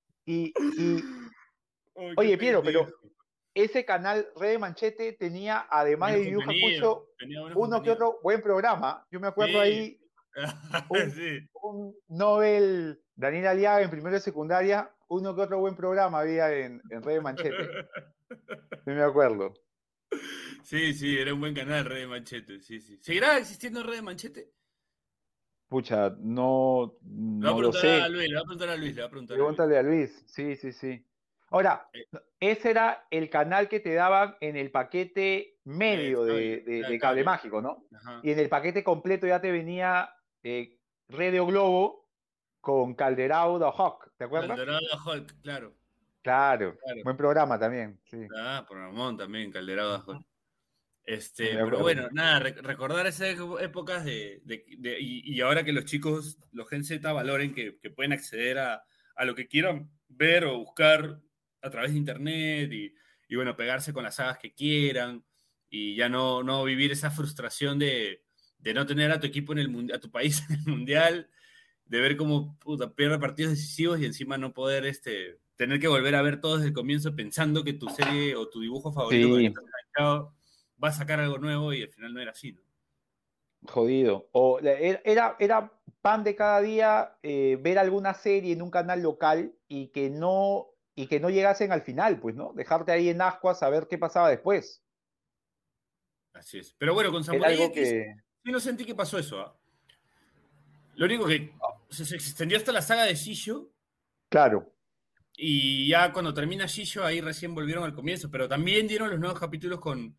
Oye, Piero, pero ese canal Red de Manchete tenía, además de Yu Yu Hakusho, uno que otro buen programa. Yo me acuerdo ahí un Nobel, Daniel Aliaga en primero de secundaria, uno que otro buen programa había en Red de Manchete. No me acuerdo. Sí, era un buen canal Red de Manchete, sí. ¿Seguirá existiendo Red de Manchete? Pucha, no lo sé. Le va a preguntar a Luis. Pregúntale a Luis, sí. Ahora, ese era el canal que te daban en el paquete medio de cable mágico, ¿no? Ajá. Y en el paquete completo ya te venía Radio Globo con Calderao da Hulk, ¿te acuerdas? Calderao da Hulk, claro. Claro, buen programa también, sí. Programón también, Calderao da Hulk. Pero bueno, nada, recordar esas épocas y ahora que los chicos, los Gen Z, valoren que pueden acceder a lo que quieran ver o buscar a través de internet y bueno, pegarse con las sagas que quieran y ya no vivir esa frustración de no tener a tu equipo a tu país en el mundial, de ver cómo pierde partidos decisivos y encima no poder tener que volver a ver todo desde el comienzo pensando que tu serie o tu dibujo favorito con el que estás enganchado va a sacar algo nuevo y al final no era así, ¿no? Jodido. O era pan de cada día ver alguna serie en un canal local y que no llegasen al final, pues, ¿no? Dejarte ahí en ascuas a ver qué pasaba después. Así es. Pero bueno, con Samurai X, yo no sentí que pasó eso, ¿ah? Lo único que se extendió hasta la saga de Shisho. Claro. Y ya cuando termina Shisho, ahí recién volvieron al comienzo. Pero también dieron los nuevos capítulos con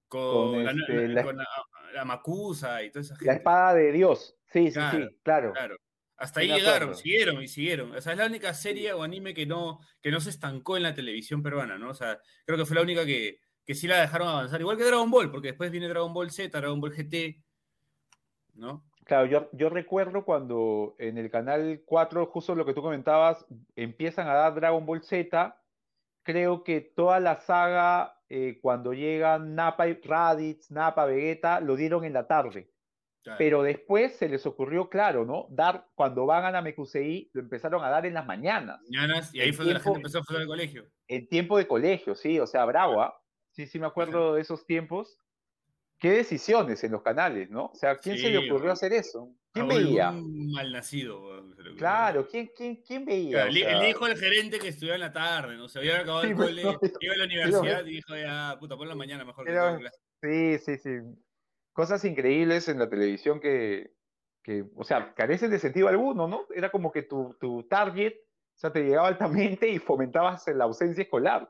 la Makusa y toda esa gente. La espada de Dios. Sí, claro, sí, claro. Hasta ahí llegaron, siguieron. O sea, es la única serie o anime que no se estancó en la televisión peruana, ¿no? O sea, creo que fue la única que sí la dejaron avanzar. Igual que Dragon Ball, porque después viene Dragon Ball Z, Dragon Ball GT, ¿no? Claro, yo recuerdo cuando en el canal 4, justo lo que tú comentabas, empiezan a dar Dragon Ball Z. Creo que toda la saga, cuando llegan Nappa y Raditz, Nappa, Vegeta, lo dieron en la tarde. Claro. Pero después se les ocurrió, claro, ¿no? Cuando van a Namekusei, lo empezaron a dar en las mañanas. Y ahí fue donde la gente empezó a faltar al colegio. En tiempo de colegio, sí, o sea, bravo, ¿ah? Sí, me acuerdo de esos tiempos. Qué decisiones en los canales, ¿no? O sea, ¿quién se le ocurrió hacer eso? ¿Quién veía? Un malnacido. Claro, ¿quién veía? Claro, el hijo del gerente que estudiaba en la tarde, ¿no? Se había acabado el cole, iba a la universidad y dijo, ya, puta, por la mañana mejor que toda clase. Sí. Cosas increíbles en la televisión que, o sea, carecen de sentido alguno, ¿no? Era como que tu target, o sea, te llegaba altamente y fomentabas la ausencia escolar.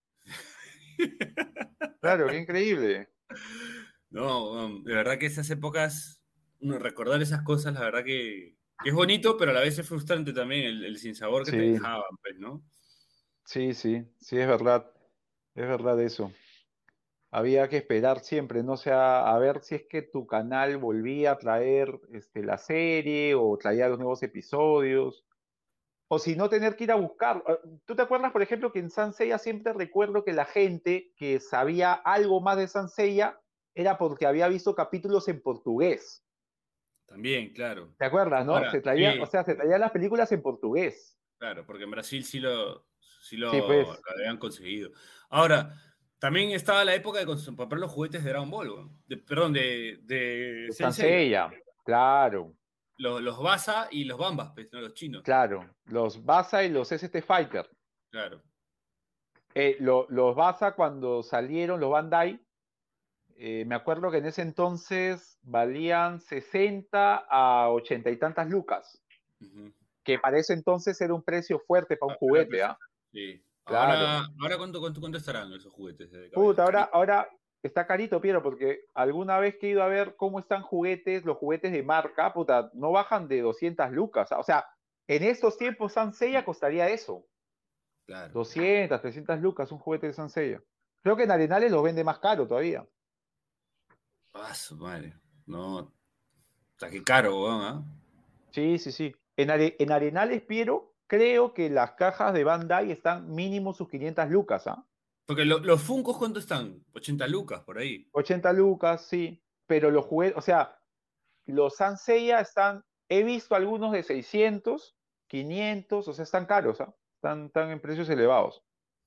Claro, qué increíble. No, de verdad que esas épocas, recordar esas cosas, la verdad que es bonito, pero a la vez es frustrante también el sinsabor que te dejaban, pues, ¿no? Sí, es verdad eso. Había que esperar siempre, ¿no? O sea, a ver si es que tu canal volvía a traer la serie o traía los nuevos episodios, o si no, tener que ir a buscar. ¿Tú te acuerdas, por ejemplo, que en Saint Seiya siempre recuerdo que la gente que sabía algo más de Saint Seiya era porque había visto capítulos en portugués? También, claro. ¿Te acuerdas, no? Ahora, se traían las películas en portugués. Claro, porque en Brasil sí lo habían conseguido. Ahora, también estaba la época de comprar los juguetes de Dragon Ball, de Saint Seiya, claro. Los Basa y los Bambas, pues, ¿no? Los chinos. Claro, los Basa y los ST Fighter. Claro. Los Basa, cuando salieron, los Bandai, me acuerdo que en ese entonces valían 60 a 80 y tantas lucas. Uh-huh. Que para ese entonces era un precio fuerte para un juguete, ¿ah? Sí. Claro. Ahora ¿cuánto estarán esos juguetes? Puta, ahora está carito, Piero, porque alguna vez que he ido a ver cómo están los juguetes de marca, puta, no bajan de 200 lucas. O sea, en estos tiempos Saint Seiya costaría eso. Claro. 200, 300 lucas un juguete de Saint Seiya. Creo que en Arenales los vende más caro todavía. Su madre. No. Está que caro, weón, ¿eh? Sí. En Arenales, Piero, creo que las cajas de Bandai están mínimo sus 500 lucas, ¿ah? Porque los Funkos, ¿cuánto están? 80 lucas, por ahí. 80 lucas, sí. Pero los juguetes, o sea, los Saint Seiya he visto algunos de 600, 500, o sea, están caros, ¿ah? Están en precios elevados.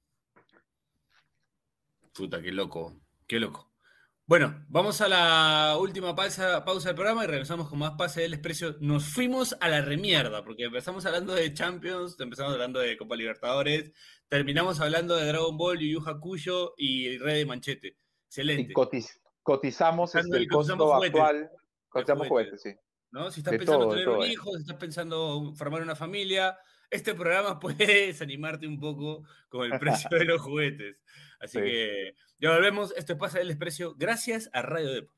Puta, qué loco. Bueno, vamos a la última pausa del programa y regresamos con más Pase del Desprecio. Nos fuimos a la remierda, porque empezamos hablando de Champions, empezamos hablando de Copa Libertadores, terminamos hablando de Dragon Ball, Yu Yu Hakusho y Rey de Manchete. Excelente. Y cotizamos el costo actual. Cotizamos juguetes, sí. ¿No? Si estás pensando tener un hijo, si estás pensando formar una familia, este programa puede desanimarte un poco con el precio de los juguetes. Así que ya volvemos. Esto es Pasa del Desprecio gracias a Radio Depor.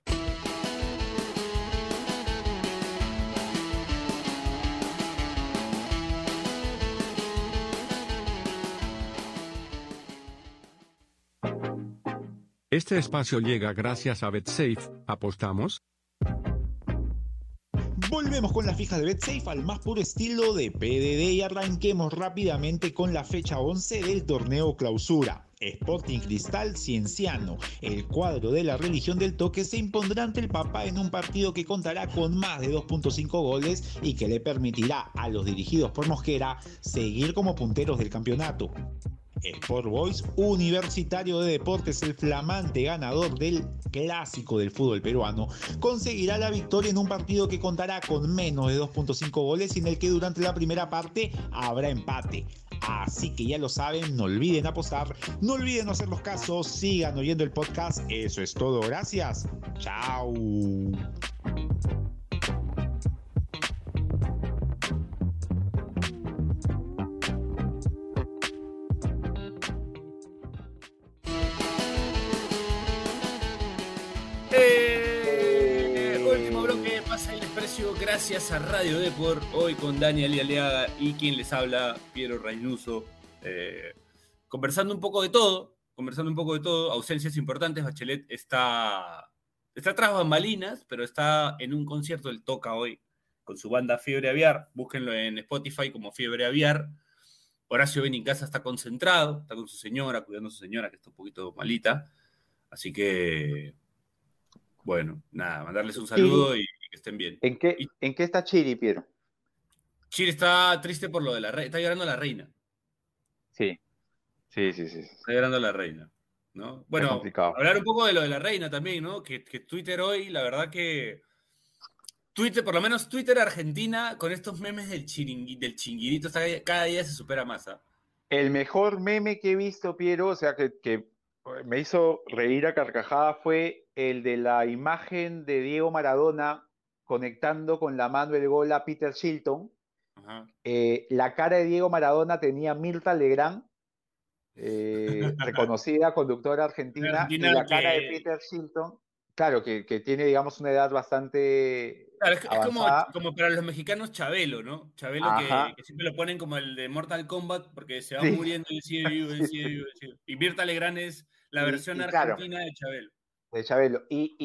Este espacio llega gracias a BetSafe. ¿Apostamos? Volvemos con las fijas de BetSafe al más puro estilo de PDD y arranquemos rápidamente con la fecha 11 del torneo clausura. Sporting Cristal Cienciano, el cuadro de la religión del toque, se impondrá ante el Papá en un partido que contará con más de 2.5 goles y que le permitirá a los dirigidos por Mosquera seguir como punteros del campeonato. Sport Boys, Universitario de Deportes, el flamante ganador del clásico del fútbol peruano, conseguirá la victoria en un partido que contará con menos de 2.5 goles y en el que durante la primera parte habrá empate. Así que ya lo saben, no olviden apostar, no olviden no hacer los casos, sigan oyendo el podcast. Eso es todo, gracias. Chao. Último bloque, pasa el desprecio gracias a Radio Depor, hoy con Daniel Aliaga y quien les habla, Piero Reynuso, conversando un poco de todo, ausencias importantes. Bachelet está tras bambalinas, pero está en un concierto del Toca hoy con su banda Fiebre Aviar, búsquenlo en Spotify como Fiebre Aviar. Horacio Benincasa está concentrado, está con su señora, cuidando a su señora que está un poquito malita, así que bueno, nada, mandarles un saludo y que estén bien. ¿En qué está Chiri, Piero? Chiri está triste por lo de la reina, está llorando la reina. Sí. Está llorando la reina, ¿no? Bueno, hablar un poco de lo de la reina también, ¿no? Que Twitter hoy, la verdad que Twitter, por lo menos Twitter Argentina, con estos memes del chinguirito, cada día se supera más. El mejor meme que he visto, Piero, o sea, que me hizo reír a carcajada, fue el de la imagen de Diego Maradona conectando con la mano el gol a Peter Shilton. La cara de Diego Maradona tenía Mirta Legrand, reconocida conductora argentina, y la cara de Peter Shilton, claro, que tiene, digamos, una edad bastante claro, es avanzada. como para los mexicanos Chabelo, ¿no? Chabelo que siempre lo ponen como el de Mortal Kombat porque se va muriendo y sigue vivo, sigue vivo. Y Mirta Legrand es la versión argentina, claro, de Chabelo. De Chabelo.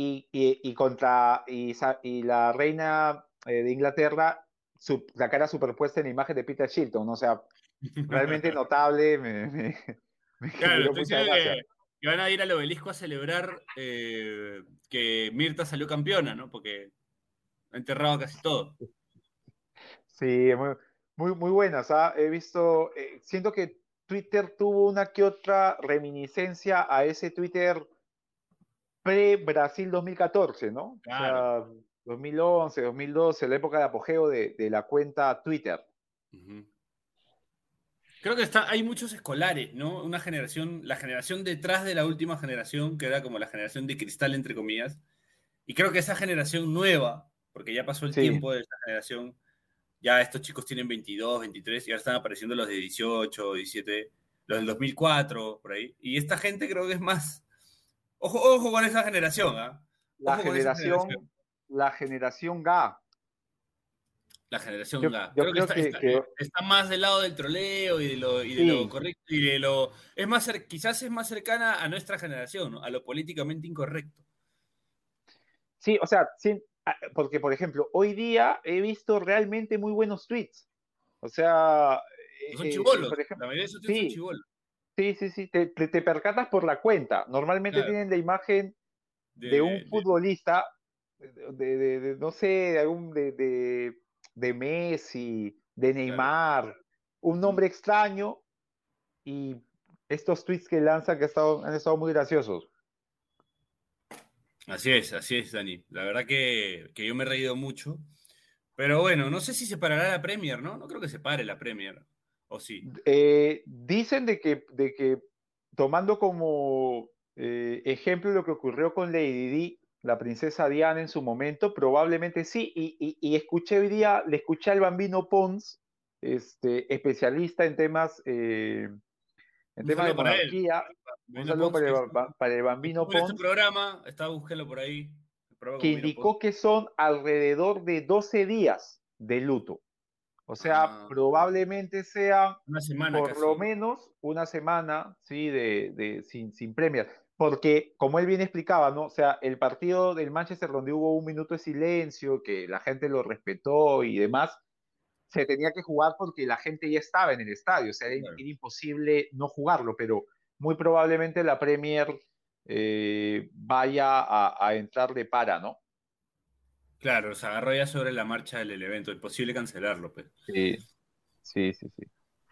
Y la reina de Inglaterra, la cara superpuesta en la imagen de Peter Shilton, ¿no? O sea, realmente notable. Claro, estoy diciendo que van a ir al obelisco a celebrar que Mirta salió campeona, ¿no? Porque ha enterrado casi todo. Sí, muy buenas. He visto, siento que Twitter tuvo una que otra reminiscencia a ese Twitter pre-Brasil 2014, ¿no? Claro. O sea, 2011, 2012, la época de apogeo de la cuenta Twitter. Creo que hay muchos escolares, ¿no? Una generación, la generación detrás de la última generación, que era como la generación de cristal, entre comillas. Y creo que esa generación nueva, porque ya pasó el tiempo de esa generación, ya estos chicos tienen 22, 23, y ahora están apareciendo los de 18, 17, los del 2004, por ahí. Y esta gente creo que es más... Ojo con esa generación, ¿ah? La generación GA. La generación GA. Creo que está más del lado del troleo y de lo correcto y de lo... quizás es más cercana a nuestra generación, ¿no? A lo políticamente incorrecto. Sí, o sea, sí, porque por ejemplo, hoy día he visto realmente muy buenos tweets. O sea... Son chibolos, la mayoría de esos tweets son chibolos. Sí, te percatas por la cuenta. Normalmente tienen la imagen de un futbolista, no sé, de Messi, de Neymar, un nombre extraño, y estos tweets que lanzan han estado muy graciosos. Así es, Dani. La verdad que yo me he reído mucho. Pero bueno, no sé si se parará la Premier, ¿no? No creo que se pare la Premier. ¿O sí? Dicen de que tomando como ejemplo lo que ocurrió con Lady Di, la princesa Diana en su momento, probablemente sí, y escuché hoy día, le escuché al Bambino Pons, especialista en temas de monarquía. Un saludo para el Bambino Pons. Este programa, búsquelo por ahí. Que indicó que son alrededor de 12 días de luto. O sea, probablemente sea una semana por casi. lo menos una semana, ¿sí? sin Premier. porque, como él bien explicaba, ¿no? O sea, el partido del Manchester donde hubo un minuto de silencio, que la gente lo respetó y demás, se tenía que jugar porque la gente ya estaba en el estadio, o sea, era imposible no jugarlo, pero muy probablemente la Premier vaya a entrar de para, ¿no? Claro, se agarró ya sobre la marcha del evento, es posible cancelarlo, pues. Sí, sí, sí, sí.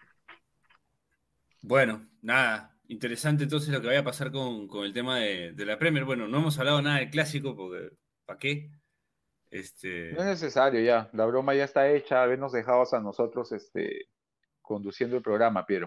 Bueno, nada, interesante entonces lo que vaya a pasar con el tema de la Premier. Bueno, no hemos hablado nada del clásico porque, ¿para qué? No es necesario ya, la broma ya está hecha, habernos dejado a nosotros conduciendo el programa, Piero.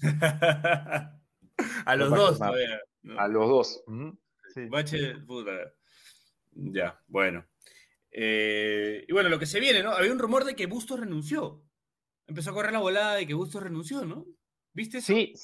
A No los pasa dos nada. todavía, ¿no? A los dos. Ujú. Sí. Bache, puta. Ya, bueno. Y bueno, lo que se viene, ¿no? Había un rumor de que Bustos renunció. Empezó a correr la volada de que Bustos renunció, ¿no? ¿Viste eso? Sí,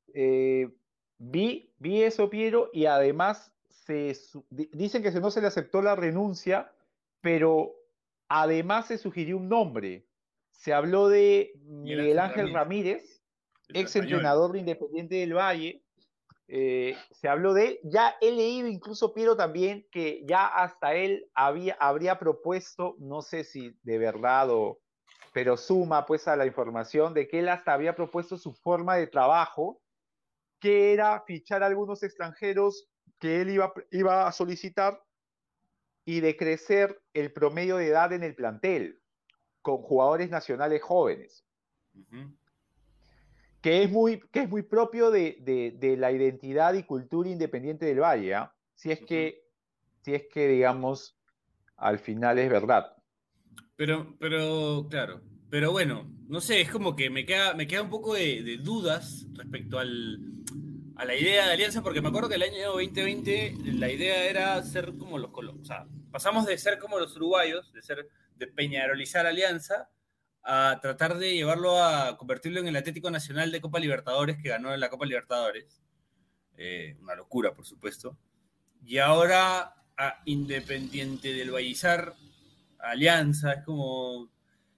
vi eso, Piero, y además dicen que no se le aceptó la renuncia, pero además se sugirió un nombre. Se habló de Miguel Miguel Ángel Ángel Ramírez, Ramírez, el ex español. entrenador de Independiente del Valle. Se habló de él. Ya he leído incluso, Piero, también que ya hasta él habría propuesto, no sé si de verdad pero suma pues a la información de que él hasta había propuesto su forma de trabajo, que era fichar a algunos extranjeros que él iba a solicitar y de crecer el promedio de edad en el plantel con jugadores nacionales jóvenes. Uh-huh. Que es muy propio de la identidad y cultura independiente del Valle, ¿eh? Uh-huh. Si es que, digamos, al final es verdad. Pero, claro. Pero bueno, no sé, es como que me queda un poco de dudas respecto a la idea de alianza, porque me acuerdo que el año 2020 la idea era ser como los colombianos. O sea, pasamos de ser como los uruguayos, de peñarolizar Alianza, a tratar de llevarlo a convertirlo en el Atlético Nacional de Copa Libertadores, que ganó en la Copa Libertadores. Una locura, por supuesto. Y ahora a Independiente del Vallizar, Alianza, es como.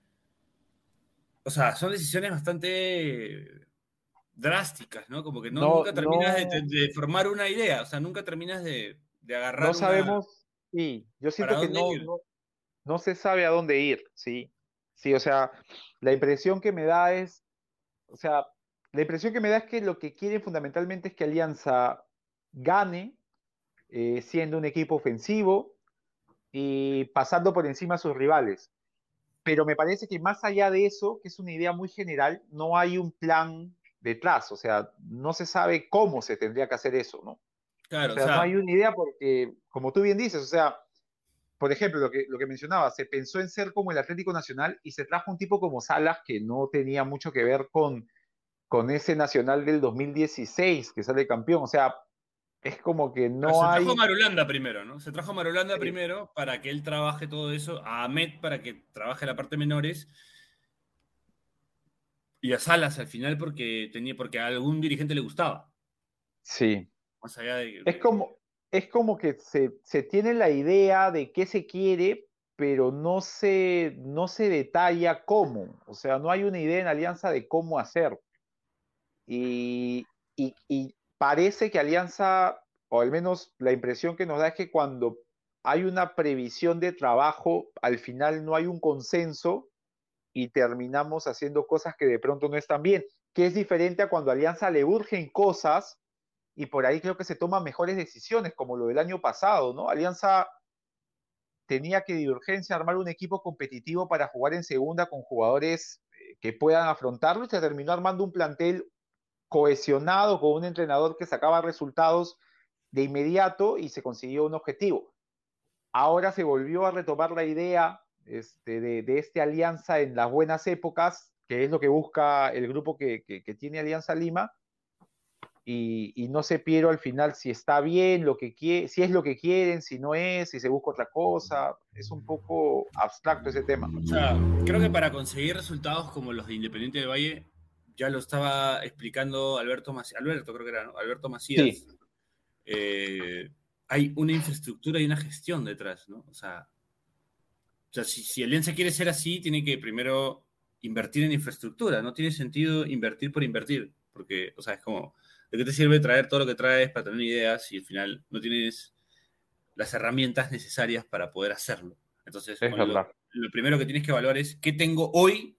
O sea, son decisiones bastante drásticas, ¿no? Como que No, nunca terminas no, de formar una idea, o sea, nunca terminas de no agarrar sabemos, sí, yo para siento que dónde ir. no se sabe a dónde ir, sí. Sí, o sea, la impresión que me da es, o sea, la impresión que me da es que lo que quieren fundamentalmente es que Alianza gane, siendo un equipo ofensivo y pasando por encima a sus rivales. Pero me parece que más allá de eso, que es una idea muy general, no hay un plan detrás, o sea, no se sabe cómo se tendría que hacer eso, ¿no? O Claro, o sea, no sea, hay una idea porque, como tú bien dices, o sea, por ejemplo, lo que mencionaba, se pensó en ser como el Atlético Nacional y se trajo un tipo como Salas que no tenía mucho que ver con ese Nacional del 2016 que sale campeón, o sea, es como que no se trajo a hay. Marulanda primero, ¿no? Se trajo a Marulanda primero para que él trabaje todo eso, a Ahmed para que trabaje la parte menores, y a Salas al final porque a algún dirigente le gustaba, Sí, más allá es es como que se tiene la idea de qué se quiere, pero no se detalla cómo. O sea, no hay una idea en Alianza de cómo hacer. Y, y parece que Alianza, o al menos la impresión que nos da es que cuando hay una previsión de trabajo, al final no hay un consenso y terminamos haciendo cosas que de pronto no están bien, que es diferente a cuando a Alianza le urgen cosas y por ahí creo que se toman mejores decisiones, como lo del año pasado, ¿no? Alianza tenía que de urgencia armar un equipo competitivo para jugar en segunda con jugadores que puedan afrontarlo y se terminó armando un plantel cohesionado con un entrenador que sacaba resultados de inmediato y se consiguió un objetivo. Ahora se volvió a retomar la idea de esta alianza en las buenas épocas, que es lo que busca el grupo que tiene Alianza Lima, y no sé, Piero, al final si está bien lo que quiere, si es lo que quieren, si no es, si se busca otra cosa. Es un poco abstracto ese tema. o sea, creo que para conseguir resultados como los de Independiente del Valle, ya lo estaba explicando Alberto Macías, Alberto creo que era, ¿no? Alberto Sí, Macías, hay una infraestructura y una gestión detrás, ¿no? O sea si Alianza quiere ser así, tiene que primero invertir en infraestructura, no tiene sentido invertir por invertir, porque, o sea, es como ¿De qué te sirve traer todo lo que traes para tener ideas si al final no tienes las herramientas necesarias para poder hacerlo? Entonces, lo primero que tienes que evaluar es qué tengo hoy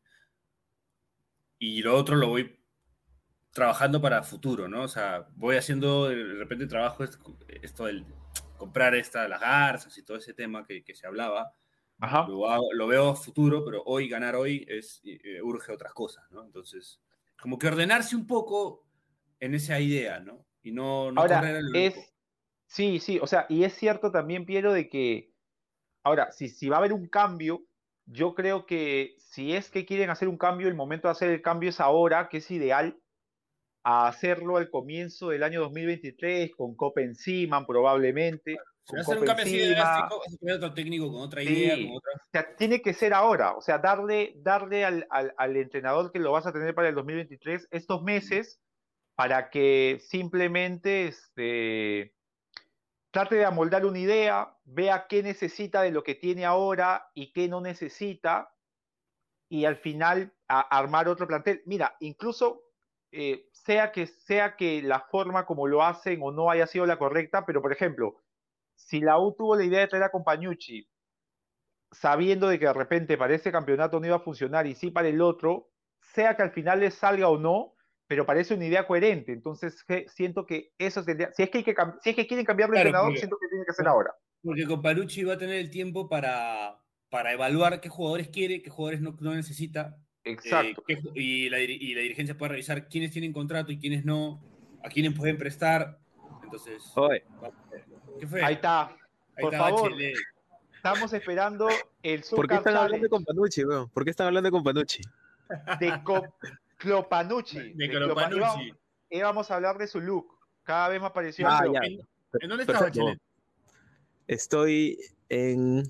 y lo otro lo voy trabajando para futuro, ¿no? O sea, voy haciendo, de repente trabajo esto del comprar las garzas y todo ese tema que se hablaba. Ajá. Lo veo a futuro, pero ganar hoy urge otras cosas, ¿no? Entonces, como que ordenarse un poco en esa idea, ¿no? Y no ahora, correr al... Sí, o sea, y es cierto también, Piero, de que ahora, si va a haber un cambio, yo creo que si es que quieren hacer un cambio, el momento de hacer el cambio es ahora, que es ideal a hacerlo al comienzo del año 2023, con Copa encima, probablemente. Si va a hacer un cambio así de drástico, vas a tener otro técnico con otra idea, con otra... O sea, tiene que ser ahora, o sea, darle al entrenador que lo vas a tener para el 2023 estos meses para que simplemente trate de amoldar una idea, vea qué necesita de lo que tiene ahora y qué no necesita, y al final armar otro plantel. Mira, incluso sea que la forma como lo hacen o no haya sido la correcta, pero por ejemplo, si la U tuvo la idea de traer a Compañucci, sabiendo de que de repente para ese campeonato no iba a funcionar y sí para el otro, sea que al final les salga o no, pero parece una idea coherente. Entonces siento que eso tendría, si es que quieren cambiar de entrenador, siento que tiene que ser ahora. Porque Companucci va a tener el tiempo para evaluar qué jugadores quiere, qué jugadores no necesita. Exacto. Y la dirigencia puede revisar quiénes tienen contrato y quiénes no, a quiénes pueden prestar. Entonces, ¿qué fue? Ahí está. Por favor. Estamos esperando el Zucker. ¿Por qué están hablando de Companucci, weón? ¿Por qué están hablando de Companucci? De Clopanucci. De Clopanucci. Íbamos a hablar de su look. Cada vez más parecido. ¿En dónde está Bachelet? Estoy en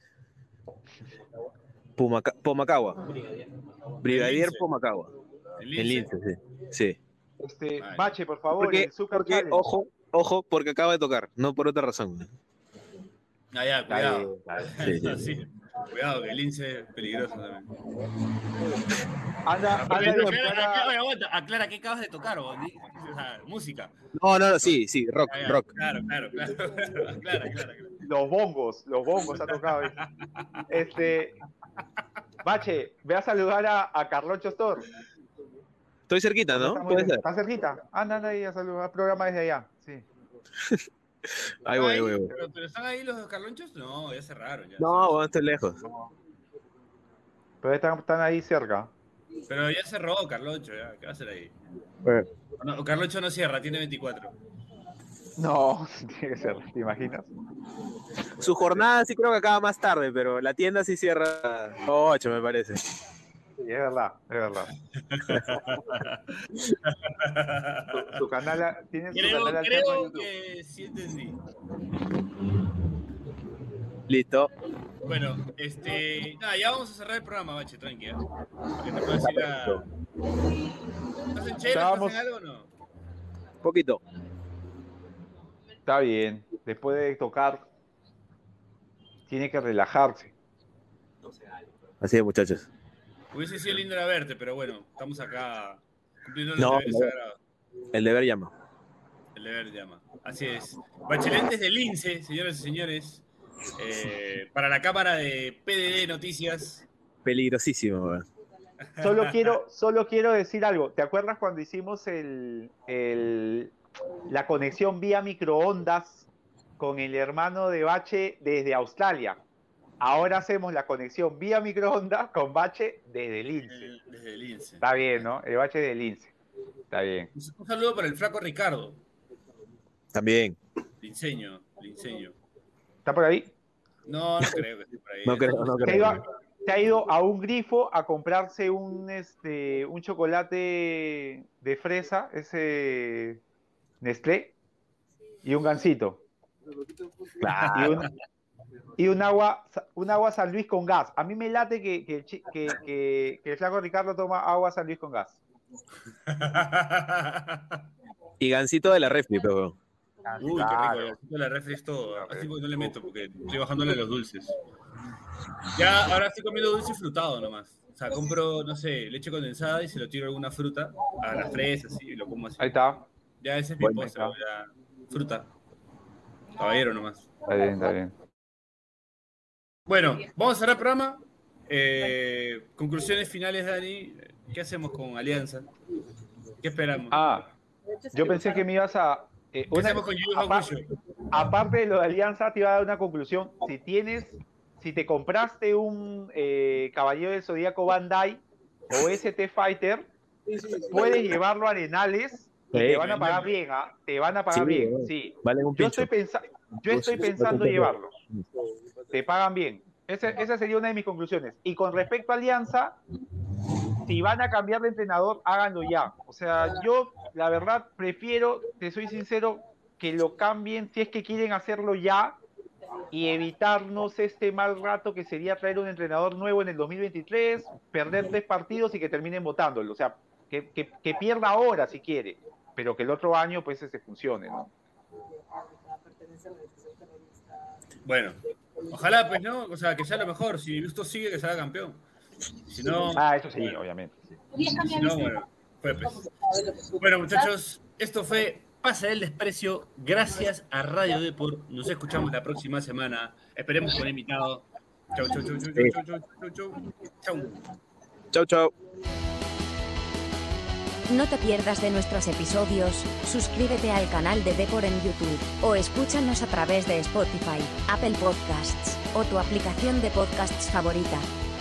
Pomacagua. Brigadier Pomacagua. ¿En Lince? Sí. Bache, por favor. Porque ojo, porque acaba de tocar, no por otra razón. Ya, cuidado. Sí. Cuidado, que el Lince es peligroso también. Aclara, ¿qué acabas de tocar? O sea, música. No, sí, rock. Claro. Aclara. Los bongos ha tocado. Bache, ve a saludar a Carloncho Store. Estoy cerquita, ¿no? ¿Puede ser? ¿Está cerquita? Anda ahí a saludar al programa desde allá, sí. Ahí voy. ¿Pero están ahí los Carlonchos? No, ya cerraron. No, estoy lejos. Pero están ahí cerca. Pero ya cerró Carloncho, ya. ¿Qué va a hacer ahí? No, Carloncho no cierra, tiene 24. No, tiene que ser, ¿te imaginas? Su jornada sí creo que acaba más tarde, pero la tienda sí cierra 8, me parece. Sí, es verdad. Tu canal tiene su canal. Creo que sí entendí. Listo. Bueno, ya vamos a cerrar el programa, Bache, tranquila. Para que te puedas ir a... ¿Estás en chela? ¿Estás en algo o no? Poquito. Está bien. Después de tocar, tiene que relajarse. Así es, muchachos. Hubiese sido lindo era verte, pero bueno, estamos acá cumpliendo los deberes sagrados. El deber llama. El deber llama. Así es. Bachelet desde Lince, señoras y señores. Para la cámara de PDD Noticias. Peligrosísimo, ¿verdad? Solo quiero decir algo. ¿Te acuerdas cuando hicimos la conexión vía microondas con el hermano de Bache desde Australia? Ahora hacemos la conexión vía microondas con Bache desde Lince. Desde Lince. Está bien, ¿no? El Bache de Lince. Está bien. Un saludo para el flaco Ricardo. También. Linceño. ¿Está por ahí? No creo que esté por ahí. No creo. Se ha ido a un grifo a comprarse un chocolate de fresa, ese Nestlé, y un gansito. Claro. Y un agua San Luis con gas. A mí me late que el flaco Ricardo toma agua San Luis con gas. Y gansito de la refri, pero... Uy, qué rico, el gansito de la refri es todo. Así porque no le meto, porque estoy bajándole los dulces. Ya, ahora estoy comiendo dulce frutado nomás. O sea, compro, no sé, leche condensada y se lo tiro alguna fruta, a las fresas, y lo como así. Ahí está. Ya ese es mi postre, ya. Fruta. Caballero nomás. Está bien, está bien. Bueno, vamos a cerrar el programa. Conclusiones finales, Dani. ¿Qué hacemos con Alianza? ¿Qué esperamos? Yo pensé que me ibas a... ¿Qué hacemos con Yu Yu Hakusho? Aparte de lo de Alianza, te iba a dar una conclusión. Si te compraste un Caballero del Zodíaco Bandai o ST Fighter, puedes llevarlo a Arenales y te van a pagar bien, te van a pagar bien, sí. Vale un yo estoy pensando llevarlos. Te pagan bien. Esa sería una de mis conclusiones. Y con respecto a Alianza, si van a cambiar de entrenador, háganlo ya. O sea, yo, la verdad, prefiero, te soy sincero, que lo cambien si es que quieren hacerlo ya y evitarnos este mal rato que sería traer un entrenador nuevo en el 2023, perder 3 partidos y que terminen votándolo. O sea, que pierda ahora si quiere, pero que el otro año pues funcione, ¿no? Bueno, ojalá pues, ¿no? O sea, que sea lo mejor. Si esto sigue, que se haga campeón. Si no... eso sí, bueno, obviamente. Si no, bueno, pues. Bueno, muchachos, esto fue Pase del Desprecio. Gracias a Radio Deport. Nos escuchamos la próxima semana. Esperemos con invitado. Chau, chau, chau, chau, chau, chau, chau, chau. Chau. Chau, chau. No te pierdas de nuestros episodios, suscríbete al canal de Deport en YouTube, o escúchanos a través de Spotify, Apple Podcasts, o tu aplicación de podcasts favorita.